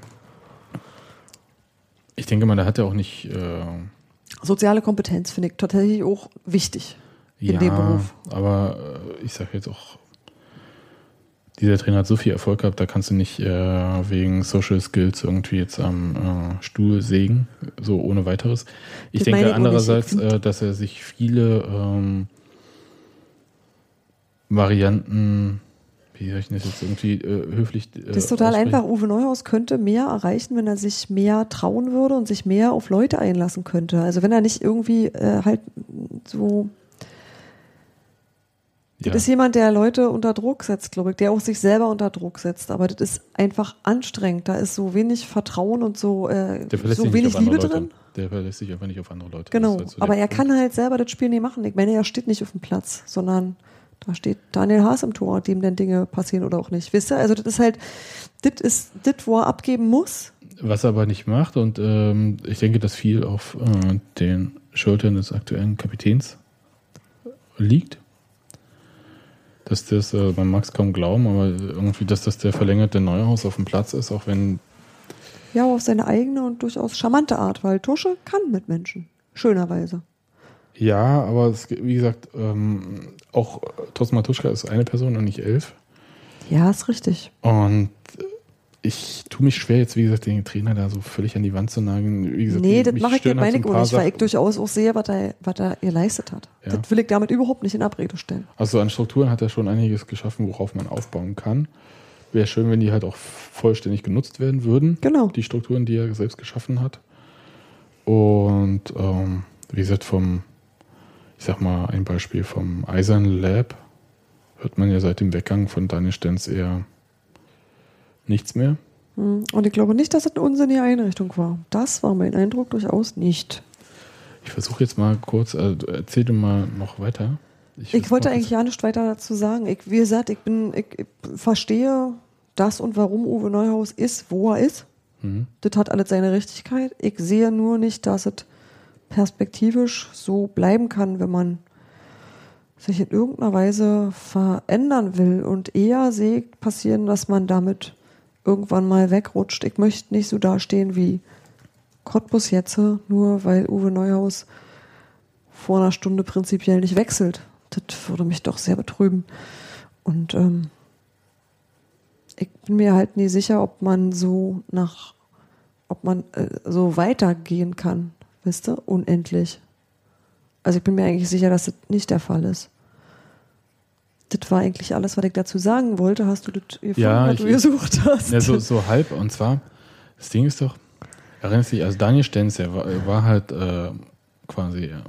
Ich denke mal, da hat er auch nicht. Äh, Soziale Kompetenz finde ich tatsächlich auch wichtig in ja, dem Beruf. aber äh, ich sage jetzt auch, dieser Trainer hat so viel Erfolg gehabt, da kannst du nicht äh, wegen Social Skills irgendwie jetzt am äh, Stuhl sägen, so ohne weiteres. Ich Das meine denke ich auch andererseits, nicht. äh, dass er sich viele ähm, Varianten, wie soll ich das jetzt irgendwie äh, höflich äh, Das ist total aussprechen? einfach. Uwe Neuhaus könnte mehr erreichen, wenn er sich mehr trauen würde und sich mehr auf Leute einlassen könnte. Also wenn er nicht irgendwie äh, halt so... Ja. Das ist jemand, der Leute unter Druck setzt, glaube ich, der auch sich selber unter Druck setzt. Aber das ist einfach anstrengend. Da ist so wenig Vertrauen und so, äh, Der verlässt sich so nicht wenig auf andere Liebe Leute. drin. Der verlässt sich einfach nicht auf andere Leute. Genau, halt so aber er Punkt. kann halt selber das Spiel nicht machen. Ich meine, er steht nicht auf dem Platz, sondern da steht Daniel Haas im Tor, dem dann Dinge passieren oder auch nicht. Wisst ihr? Also das ist halt, das ist das, wo er abgeben muss. Was er aber nicht macht, und ähm, ich denke, dass viel auf äh, den Schultern des aktuellen Kapitäns liegt. Dass das, äh, man mag es kaum glauben, aber irgendwie, dass das der verlängerte Neuhaus auf dem Platz ist, auch wenn. Ja, auf seine eigene und durchaus charmante Art, weil Tusche kann mit Menschen. Schönerweise. Ja, aber es, wie gesagt, ähm, auch Thorsten Matuschka ist eine Person und nicht elf. Ja, ist richtig. Und ich tue mich schwer, jetzt, wie gesagt, den Trainer da so völlig an die Wand zu nageln. Wie gesagt, Nee, das mich mache ich stören mit halt meine so ich ein auch paar nicht, weil ich Sachen. durchaus auch sehe, was er, was er geleistet hat. Ja. Das will ich damit überhaupt nicht in Abrede stellen. Also an Strukturen hat er schon einiges geschaffen, worauf man aufbauen kann. Wäre schön, wenn die halt auch vollständig genutzt werden würden. Genau. Die Strukturen, die er selbst geschaffen hat. Und ähm, wie gesagt, vom, ich sag mal, ein Beispiel vom Eisern Lab hört man ja seit dem Weggang von Daniel Stenz eher nichts mehr. Und ich glaube nicht, dass es eine unsinnige Einrichtung war. Das war mein Eindruck durchaus nicht. Ich versuche jetzt mal kurz, also erzähl du mal noch weiter. Ich wollte eigentlich ja nicht weiter dazu sagen. Ich, wie gesagt, ich bin, ich, ich verstehe das und warum Uwe Neuhaus ist, wo er ist. Mhm. Das hat alles seine Richtigkeit. Ich sehe nur nicht, dass es perspektivisch so bleiben kann, wenn man sich in irgendeiner Weise verändern will. Und eher sehe ich passieren, dass man damit irgendwann mal wegrutscht. Ich möchte nicht so dastehen wie Cottbus jetzt, nur weil Uwe Neuhaus vor einer Stunde prinzipiell nicht wechselt. Das würde mich doch sehr betrüben. Und ähm, ich bin mir halt nie sicher, ob man so nach, ob man äh, so weitergehen kann, wisst ihr, unendlich. Also ich bin mir eigentlich sicher, dass das nicht der Fall ist. Das war eigentlich alles, was ich dazu sagen wollte. Hast du das gefunden, Ja, was ich- du gesucht hast? Ja, so, so halb. Und zwar, das Ding ist doch, erinnerst du dich, also Daniel Stenz, der war, war halt äh, quasi äh,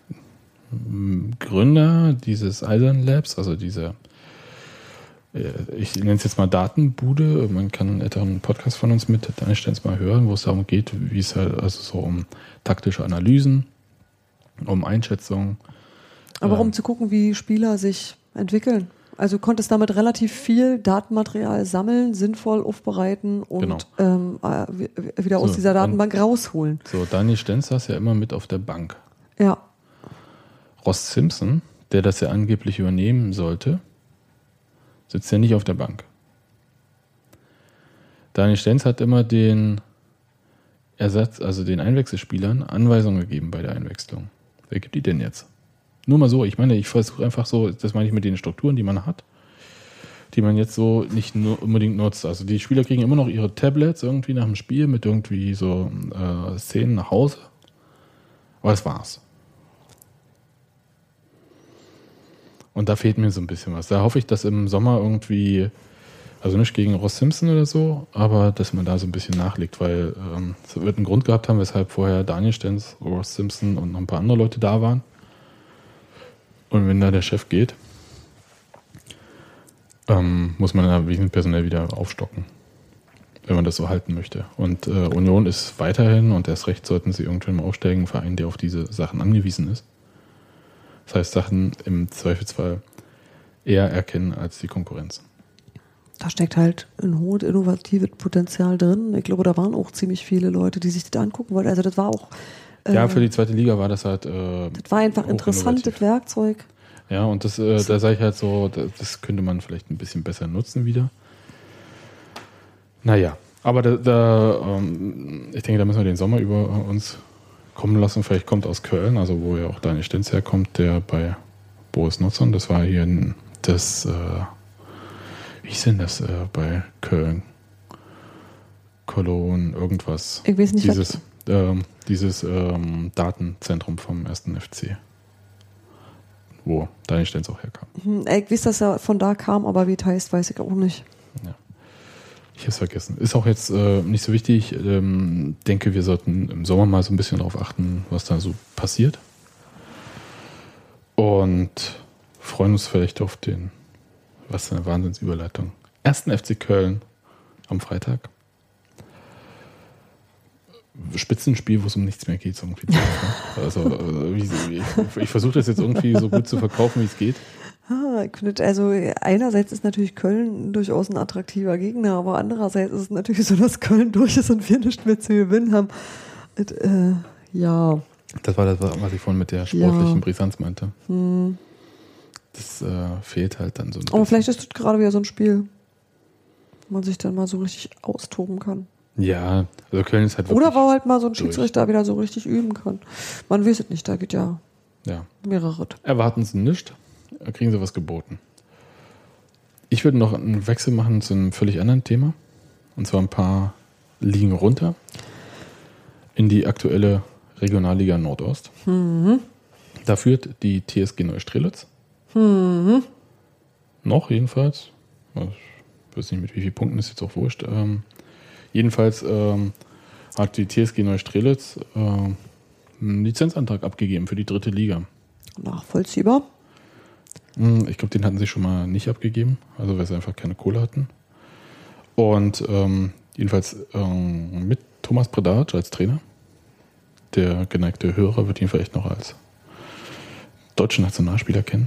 Gründer dieses Eisern Labs, also dieser, äh, ich nenne es jetzt mal Datenbude. Man kann einen älteren Podcast von uns mit Daniel Stenz mal hören, wo es darum geht, wie es halt, also so um taktische Analysen, um Einschätzungen. Aber Ja. um zu gucken, wie Spieler sich entwickeln. Also du konntest damit relativ viel Datenmaterial sammeln, sinnvoll aufbereiten und Genau. ähm, äh, wi- wieder aus So, dieser Datenbank rausholen. So, Daniel Stenz saß ja immer mit auf der Bank. Ja, Ross Simpson, der das ja angeblich übernehmen sollte, sitzt ja nicht auf der Bank. Daniel Stenz hat immer den Ersatz, also den Einwechselspielern, Anweisungen gegeben bei der Einwechslung. Wer gibt die denn jetzt? Nur mal so, ich meine, ich versuche einfach so, das meine ich mit den Strukturen, die man hat, die man jetzt so nicht nur unbedingt nutzt. Also die Spieler kriegen immer noch ihre Tablets irgendwie nach dem Spiel mit irgendwie so äh, Szenen nach Hause. Aber das war's. Und da fehlt mir so ein bisschen was. Da hoffe ich, dass im Sommer irgendwie, also nicht gegen Ross Simpson oder so, aber dass man da so ein bisschen nachlegt, weil ähm, es wird einen Grund gehabt haben, weshalb vorher Daniel Stenz, Ross Simpson und noch ein paar andere Leute da waren. Und wenn da der Chef geht, ähm, muss man da wesentlich personell wieder aufstocken, wenn man das so halten möchte. Und äh, Union ist weiterhin, und erst recht sollten sie irgendwann mal aufsteigen, ein Verein, der auf diese Sachen angewiesen ist. Das heißt, Sachen im Zweifelsfall eher erkennen als die Konkurrenz. da steckt halt ein hohes innovatives Potenzial drin. Ich glaube, da waren auch ziemlich viele Leute, die sich das angucken wollten. Also das war auch äh, Ja, für die zweite Liga war das halt. Äh, das war einfach interessant, das Werkzeug. Ja, und das, äh, da sage ich halt so, das, das könnte man vielleicht ein bisschen besser nutzen wieder. Naja, aber da, da ähm, ich denke, da müssen wir den Sommer über uns kommen lassen. Vielleicht kommt aus Köln, also wo ja auch Daniel Stenz herkommt, der bei Boris Nutzern, das war hier ein, das, äh, wie ist denn das äh, bei Köln? Cologne, irgendwas. Ich weiß nicht, dieses, ähm, dieses ähm, Datenzentrum vom ersten F C. Wo Daniel Stenz auch herkam. Hm, ich weiß, dass er von da kam, aber wie es heißt, weiß ich auch nicht. Ja. Ich habe es vergessen. Ist auch jetzt äh, nicht so wichtig. Ich ähm, denke, wir sollten im Sommer mal so ein bisschen darauf achten, was da so passiert. Und freuen uns vielleicht auf den, was für eine Wahnsinnsüberleitung, ersten F C Köln am Freitag. Spitzenspiel, wo es um nichts mehr geht. So irgendwie. Also äh, wie, ich, ich versuche das jetzt irgendwie so gut zu verkaufen, wie es geht. Ah, ich finde, also einerseits ist natürlich Köln durchaus ein attraktiver Gegner, aber andererseits ist es natürlich so, dass Köln durch ist und wir nichts mehr zu gewinnen haben. Und, äh, ja. Das war das, was ich vorhin mit der sportlichen Ja. Brisanz meinte. Hm. Das äh, fehlt halt dann so ein Aber bisschen. vielleicht ist das gerade wieder so ein Spiel, wo man sich dann mal so richtig austoben kann. Ja, also Köln ist halt wirklich... Oder wo halt mal so ein durch. Schiedsrichter wieder so richtig üben kann. Man weiß es nicht, da geht ja Ja. mehrere. Erwarten Sie nichts, kriegen Sie was geboten. Ich würde noch einen Wechsel machen zu einem völlig anderen Thema. Und zwar ein paar Ligen runter in die aktuelle Regionalliga Nordost. Mhm. Da führt die T S G Neustrelitz. Mhm. Noch jedenfalls. Ich weiß nicht, mit wie vielen Punkten, ist jetzt auch wurscht. Ähm, jedenfalls ähm, hat die T S G Neustrelitz äh, einen Lizenzantrag abgegeben für die dritte Liga. Nachvollziehbar. Hm, Ich glaube, den hatten sie schon mal nicht abgegeben, also weil sie einfach keine Kohle hatten. Und ähm, jedenfalls ähm, mit Thomas Predatsch als Trainer. Der geneigte Hörer wird ihn vielleicht noch als deutschen Nationalspieler kennen.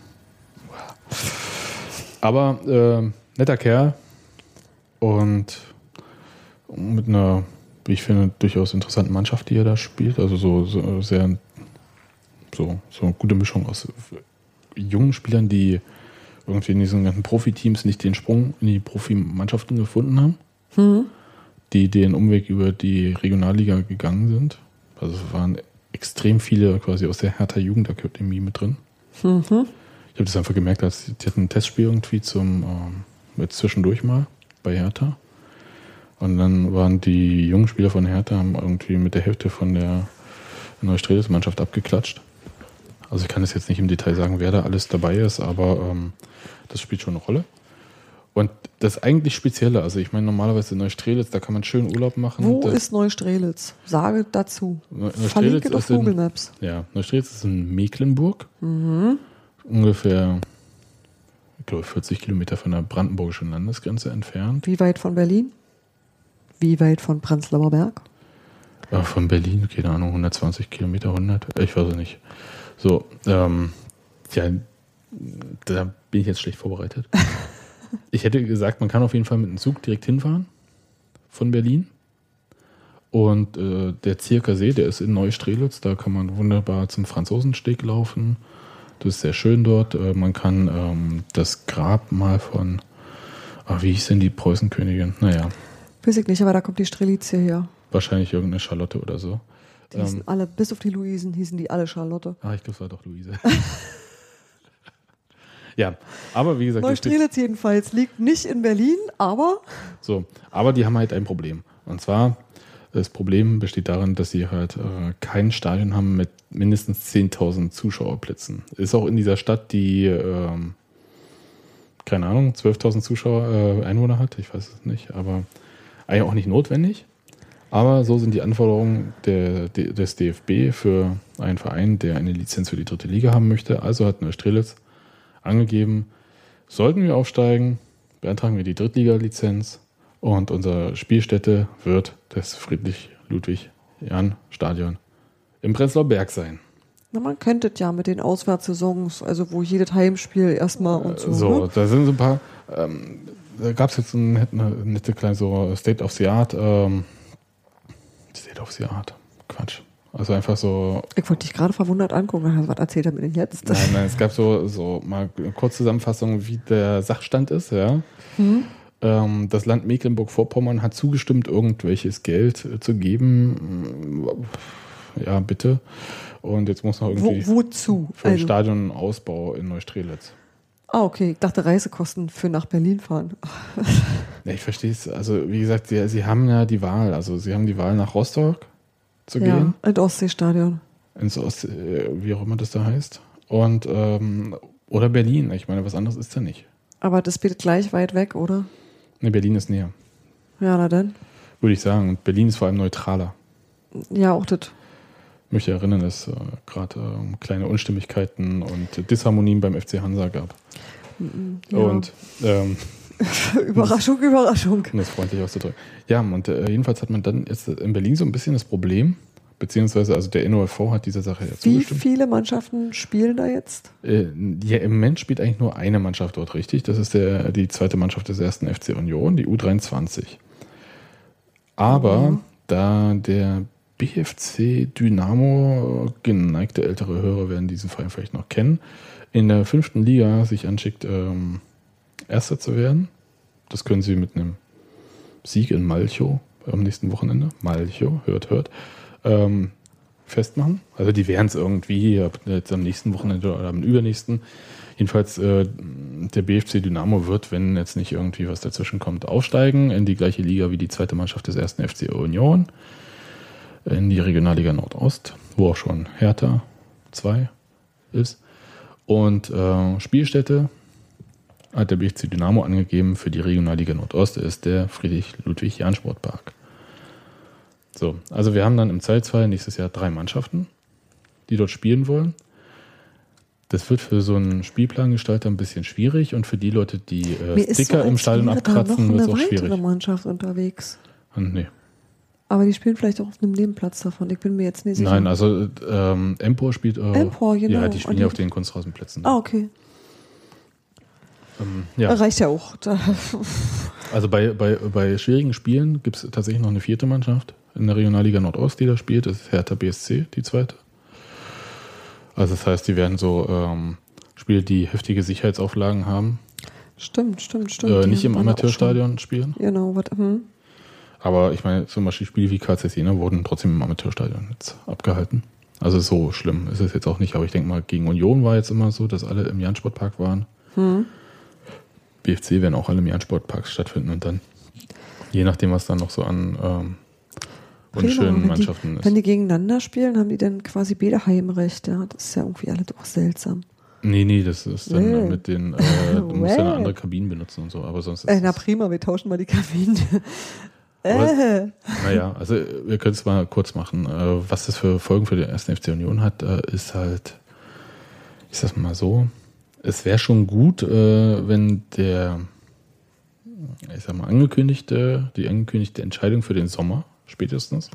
Aber äh, netter Kerl und mit einer, wie ich finde, durchaus interessanten Mannschaft, die er da spielt. Also so, so sehr so, so eine gute Mischung aus jungen Spielern, die irgendwie in diesen ganzen Profiteams nicht den Sprung in die Profimannschaften gefunden haben, Mhm. die den Umweg über die Regionalliga gegangen sind. Also es waren extrem viele quasi aus der Hertha Jugendakademie mit drin. Mhm. Ich habe das einfach gemerkt, als die hatten ein Testspiel irgendwie zum ähm, mit zwischendurch mal bei Hertha. Und dann waren die jungen Spieler von Hertha haben irgendwie mit der Hälfte von der Neustrelitz-Mannschaft abgeklatscht. Also ich kann das jetzt nicht im Detail sagen, wer da alles dabei ist, aber ähm, das spielt schon eine Rolle. Und das eigentlich Spezielle, also ich meine normalerweise in Neustrelitz, da kann man schön Urlaub machen. Wo das, ist Neustrelitz? Sage dazu. Neu- Verlinke doch ist in- Google Maps. Ja, Neustrelitz ist in Mecklenburg. Mhm. Ungefähr, ich glaube, vierzig Kilometer von der brandenburgischen Landesgrenze entfernt. Wie weit von Berlin? Wie weit von Prenzlauer Berg? Ja, von Berlin, keine Ahnung, hundertzwanzig Kilometer, hundert, ich weiß es nicht. So, ähm, ja, da bin ich jetzt schlecht vorbereitet. Ich hätte gesagt, man kann auf jeden Fall mit dem Zug direkt hinfahren von Berlin. Und äh, der Zirker See, der ist in Neustrelitz, da kann man wunderbar zum Franzosensteg laufen. Das ist sehr schön dort. Äh, man kann ähm, das Grab mal von, ah, wie hieß denn die Preußenkönigin? Naja, Weiß ich nicht, aber da kommt die Strelizie her. wahrscheinlich irgendeine Charlotte oder so. Die hießen alle, bis auf die Luisen, hießen die alle Charlotte. Ah, ich glaube, es war doch Luise. Ja, aber wie gesagt, das steht- Neustrelitz jedenfalls liegt nicht in Berlin, aber so, aber die haben halt ein Problem. Und zwar, das Problem besteht darin, dass sie halt äh, kein Stadion haben mit mindestens zehntausend Zuschauerplätzen. Ist auch in dieser Stadt, die, ähm, keine Ahnung, zwölftausend Zuschauer, äh, Einwohner hat, ich weiß es nicht, aber eigentlich auch nicht notwendig. Aber so sind die Anforderungen der, de, des D F B für einen Verein, der eine Lizenz für die dritte Liga haben möchte. Also hat Neustrelitz angegeben, sollten wir aufsteigen, beantragen wir die Drittliga-Lizenz und unsere Spielstätte wird das Friedrich-Ludwig-Jahn-Stadion im Prenzlauer Berg sein. na, man könnte es ja mit den Auswärtssaisons, also wo jedes Heimspiel erstmal und so. So, Ne? da sind so ein paar, ähm, da gab es jetzt eine, eine nette kleine so State of the Art, ähm, State of the Art, Quatsch. Also einfach so, Ich wollte dich gerade verwundert angucken. Was erzählt er mir denn jetzt? nein, nein, es gab so, so mal eine Kurzzusammenfassung, wie der Sachstand ist, ja. Hm? Ähm, das Land Mecklenburg-Vorpommern hat zugestimmt, irgendwelches Geld äh, zu geben. Ja, bitte. Und jetzt muss noch irgendwie Wo, wozu? für den Also, Stadionausbau in Neustrelitz. ah, okay. Ich dachte Reisekosten für nach Berlin fahren. Ja, ich verstehe es. Also, wie gesagt, sie, sie haben ja die Wahl. Also, sie haben die Wahl, nach Rostock zu Ja, gehen. ein Ostseestadion. Ins Ost, äh, wie auch immer das da heißt. Und, ähm, oder Berlin. Ich meine, was anderes ist da nicht. Aber das bietet gleich weit weg, oder? Ne, Berlin ist näher, Ja, na denn. würde ich sagen. Und Berlin ist vor allem neutraler. Ja, auch das. Ich möchte erinnern, dass äh, gerade äh, kleine Unstimmigkeiten und Disharmonien beim F C Hansa gab. Ja. Und ähm, Überraschung, Überraschung. Um das freundlich auszudrücken. Ja, und äh, jedenfalls hat man dann jetzt in Berlin so ein bisschen das Problem, beziehungsweise also der N O F V hat dieser Sache ja Wie zugestimmt. viele Mannschaften spielen da jetzt? Äh, ja, im Moment spielt eigentlich nur eine Mannschaft dort richtig. Das ist der, die zweite Mannschaft des ersten F C Union, die U dreiundzwanzig. Aber mhm. da der B F C Dynamo, geneigte ältere Hörer werden diesen Verein vielleicht noch kennen, in der fünften Liga sich anschickt, ähm, Erster zu werden. Das können sie mit einem Sieg in Malchow am nächsten Wochenende, Malchow, hört, hört, ähm, festmachen. Also die werden es irgendwie jetzt am nächsten Wochenende oder am übernächsten. Jedenfalls äh, der B F C Dynamo wird, wenn jetzt nicht irgendwie was dazwischen kommt, aufsteigen in die gleiche Liga wie die zweite Mannschaft des ersten F C Union, in die Regionalliga Nordost, wo auch schon Hertha zwei ist. Und äh, Spielstätte hat der B F C Dynamo angegeben für die Regionalliga Nordost ist der Friedrich-Ludwig-Jahn-Sportpark. So, also wir haben dann im Zweifelsfall nächstes Jahr drei Mannschaften, die dort spielen wollen. Das wird für so einen Spielplangestalter ein bisschen schwierig und für die Leute, die äh, Sticker so, im Stadion abkratzen, wird es auch schwierig. Ist eine Mannschaft unterwegs? Und nee. Aber die spielen vielleicht auch auf einem Nebenplatz davon. Ich bin mir jetzt nicht sicher. Nein, also ähm, Empor spielt. Äh, Empor, genau. Ja, die spielen ja auf den Kunstrasenplätzen. Ah, okay. Ähm, ja. Reicht ja auch. Also bei, bei, bei schwierigen Spielen gibt es tatsächlich noch eine vierte Mannschaft in der Regionalliga Nordost, die da spielt. Das ist Hertha B S C, die zweite. Also das heißt, die werden so ähm, Spiele, die heftige Sicherheitsauflagen haben. Stimmt, stimmt, stimmt. Äh, nicht im Amateurstadion spielen. Genau, was. Hm. Aber ich meine, zum Beispiel Spiele wie K C S Jena wurden trotzdem im Amateurstadion jetzt abgehalten. Also so schlimm ist es jetzt auch nicht. Aber ich denke mal, gegen Union war jetzt immer so, dass alle im Jahn-Sportpark waren. Hm. B F C werden auch alle im Jahn-Sportpark stattfinden und dann, je nachdem, was dann noch so an ähm, unschönen Prima, Mannschaften die, ist. Wenn die gegeneinander spielen, haben die dann quasi beide Heimrecht. Ja? Das ist ja irgendwie alle doch seltsam. Nee, nee, das ist dann well. mit den, äh, du musst well. ja eine andere Kabine benutzen und so, aber sonst ist äh, Na prima, wir tauschen mal die Kabinen. Aber, naja, also wir können es mal kurz machen. Was das für Folgen für den ersten F C Union hat, ist halt, ich sag's mal so, es wäre schon gut, wenn der, ich sag mal, angekündigte, die angekündigte Entscheidung für den Sommer spätestens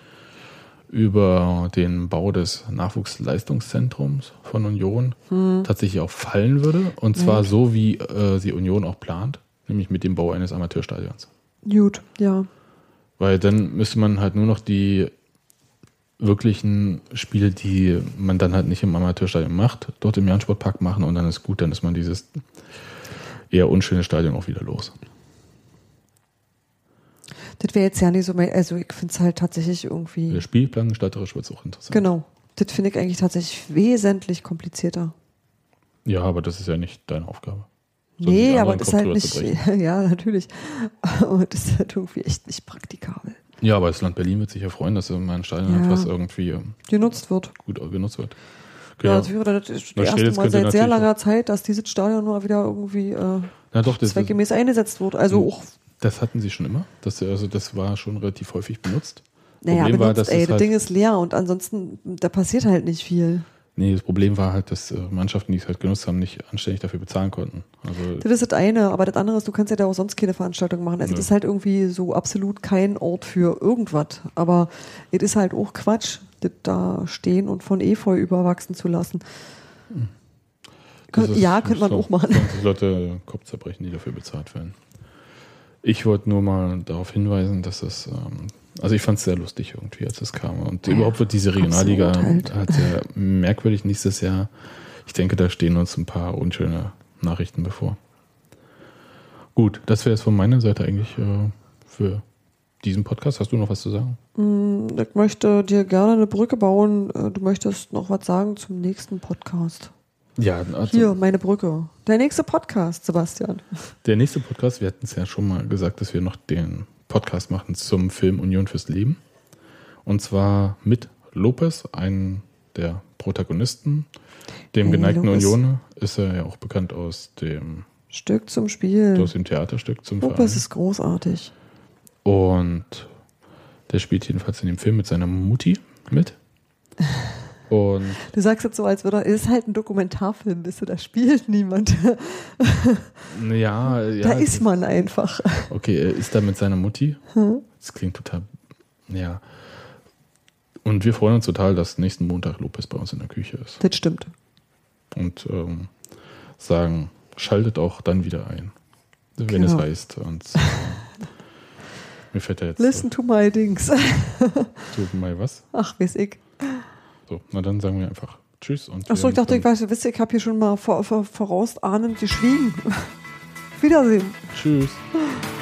über den Bau des Nachwuchsleistungszentrums von Union hm. tatsächlich auch fallen würde. Und zwar ja. so, wie äh, sie Union auch plant, nämlich mit dem Bau eines Amateurstadions. Gut, ja. Weil dann müsste man halt nur noch die wirklichen Spiele, die man dann halt nicht im Amateurstadion macht, dort im Jahn-Sportpark machen und dann ist gut, dann ist man dieses eher unschöne Stadion auch wieder los. Das wäre jetzt ja nicht so, mein, also ich finde es halt tatsächlich irgendwie... Der Spielplan gestalterisch wird es auch interessant. Genau, das finde ich eigentlich tatsächlich wesentlich komplizierter. Ja, aber das ist ja nicht deine Aufgabe. So nee, aber das ist halt nicht, ja, natürlich. Aber das ist halt irgendwie echt nicht praktikabel. Ja, aber das Land Berlin wird sich ja freuen, dass mein Stadion ja. etwas irgendwie genutzt wird. Gut genutzt wird. Okay, ja, das wäre das, das erste Mal seit sehr langer Zeit, dass dieses Stadion mal wieder irgendwie äh, ja, doch, das zweckgemäß ist, eingesetzt wird. Also auch. Das hatten sie schon immer. Das, also das war schon relativ häufig benutzt. Naja, Problem benutzt, war, dass ey, das halt, Ding ist leer und ansonsten, da passiert halt nicht viel. Nee, das Problem war halt, dass Mannschaften, die es halt genutzt haben, nicht anständig dafür bezahlen konnten. Also das ist das eine, aber das andere ist, du kannst ja da auch sonst keine Veranstaltung machen. Also nö. Das ist halt irgendwie so absolut kein Ort für irgendwas. Aber es ist halt auch Quatsch, das da stehen und von Efeu überwachsen zu lassen. Hm. Ja, könnte man so, auch machen. zwanzig Leute Kopfzerbrechen, die dafür bezahlt werden. Ich wollte nur mal darauf hinweisen, dass es, ähm, also ich fand es sehr lustig irgendwie, als es kam. Und ja, überhaupt wird diese Regionalliga halt. halt sehr merkwürdig nächstes Jahr. Ich denke, da stehen uns ein paar unschöne Nachrichten bevor. Gut, das wäre es von meiner Seite eigentlich äh, für diesen Podcast. Hast du noch was zu sagen? Ich möchte dir gerne eine Brücke bauen. Du möchtest noch was sagen zum nächsten Podcast. Ja, also hier, meine Brücke. Der nächste Podcast, Sebastian. Der nächste Podcast, wir hatten es ja schon mal gesagt, dass wir noch den Podcast machen zum Film Union fürs Leben. Und zwar mit Lopez, einem der Protagonisten. Dem hey, geneigten Lopez. Union ist er ja auch bekannt aus dem Stück zum Spiel. Aus dem Theaterstück zum Lopez Verein. Ist großartig. Und der spielt jedenfalls in dem Film mit seiner Mutti mit. Und Du sagst jetzt so, als würde er, ist halt ein Dokumentarfilm, wisst du, da spielt niemand. ja, ja. Da ist man einfach. Okay, er ist da mit seiner Mutti. Hm? Das klingt total, ja. Und wir freuen uns total, dass nächsten Montag Lopez bei uns in der Küche ist. Das stimmt. Und ähm, sagen, schaltet auch dann wieder ein, wenn Genau. es heißt. Und äh, mir fällt da jetzt... Listen to my Dings. So, mal was? Ach, weiß ich. So, na dann sagen wir einfach Tschüss. Und Achso, ich wir dachte, ich weiß, wisst ihr, ich habe hier schon mal vor, vor, vorausahnend geschwiegen. Wiedersehen. Tschüss.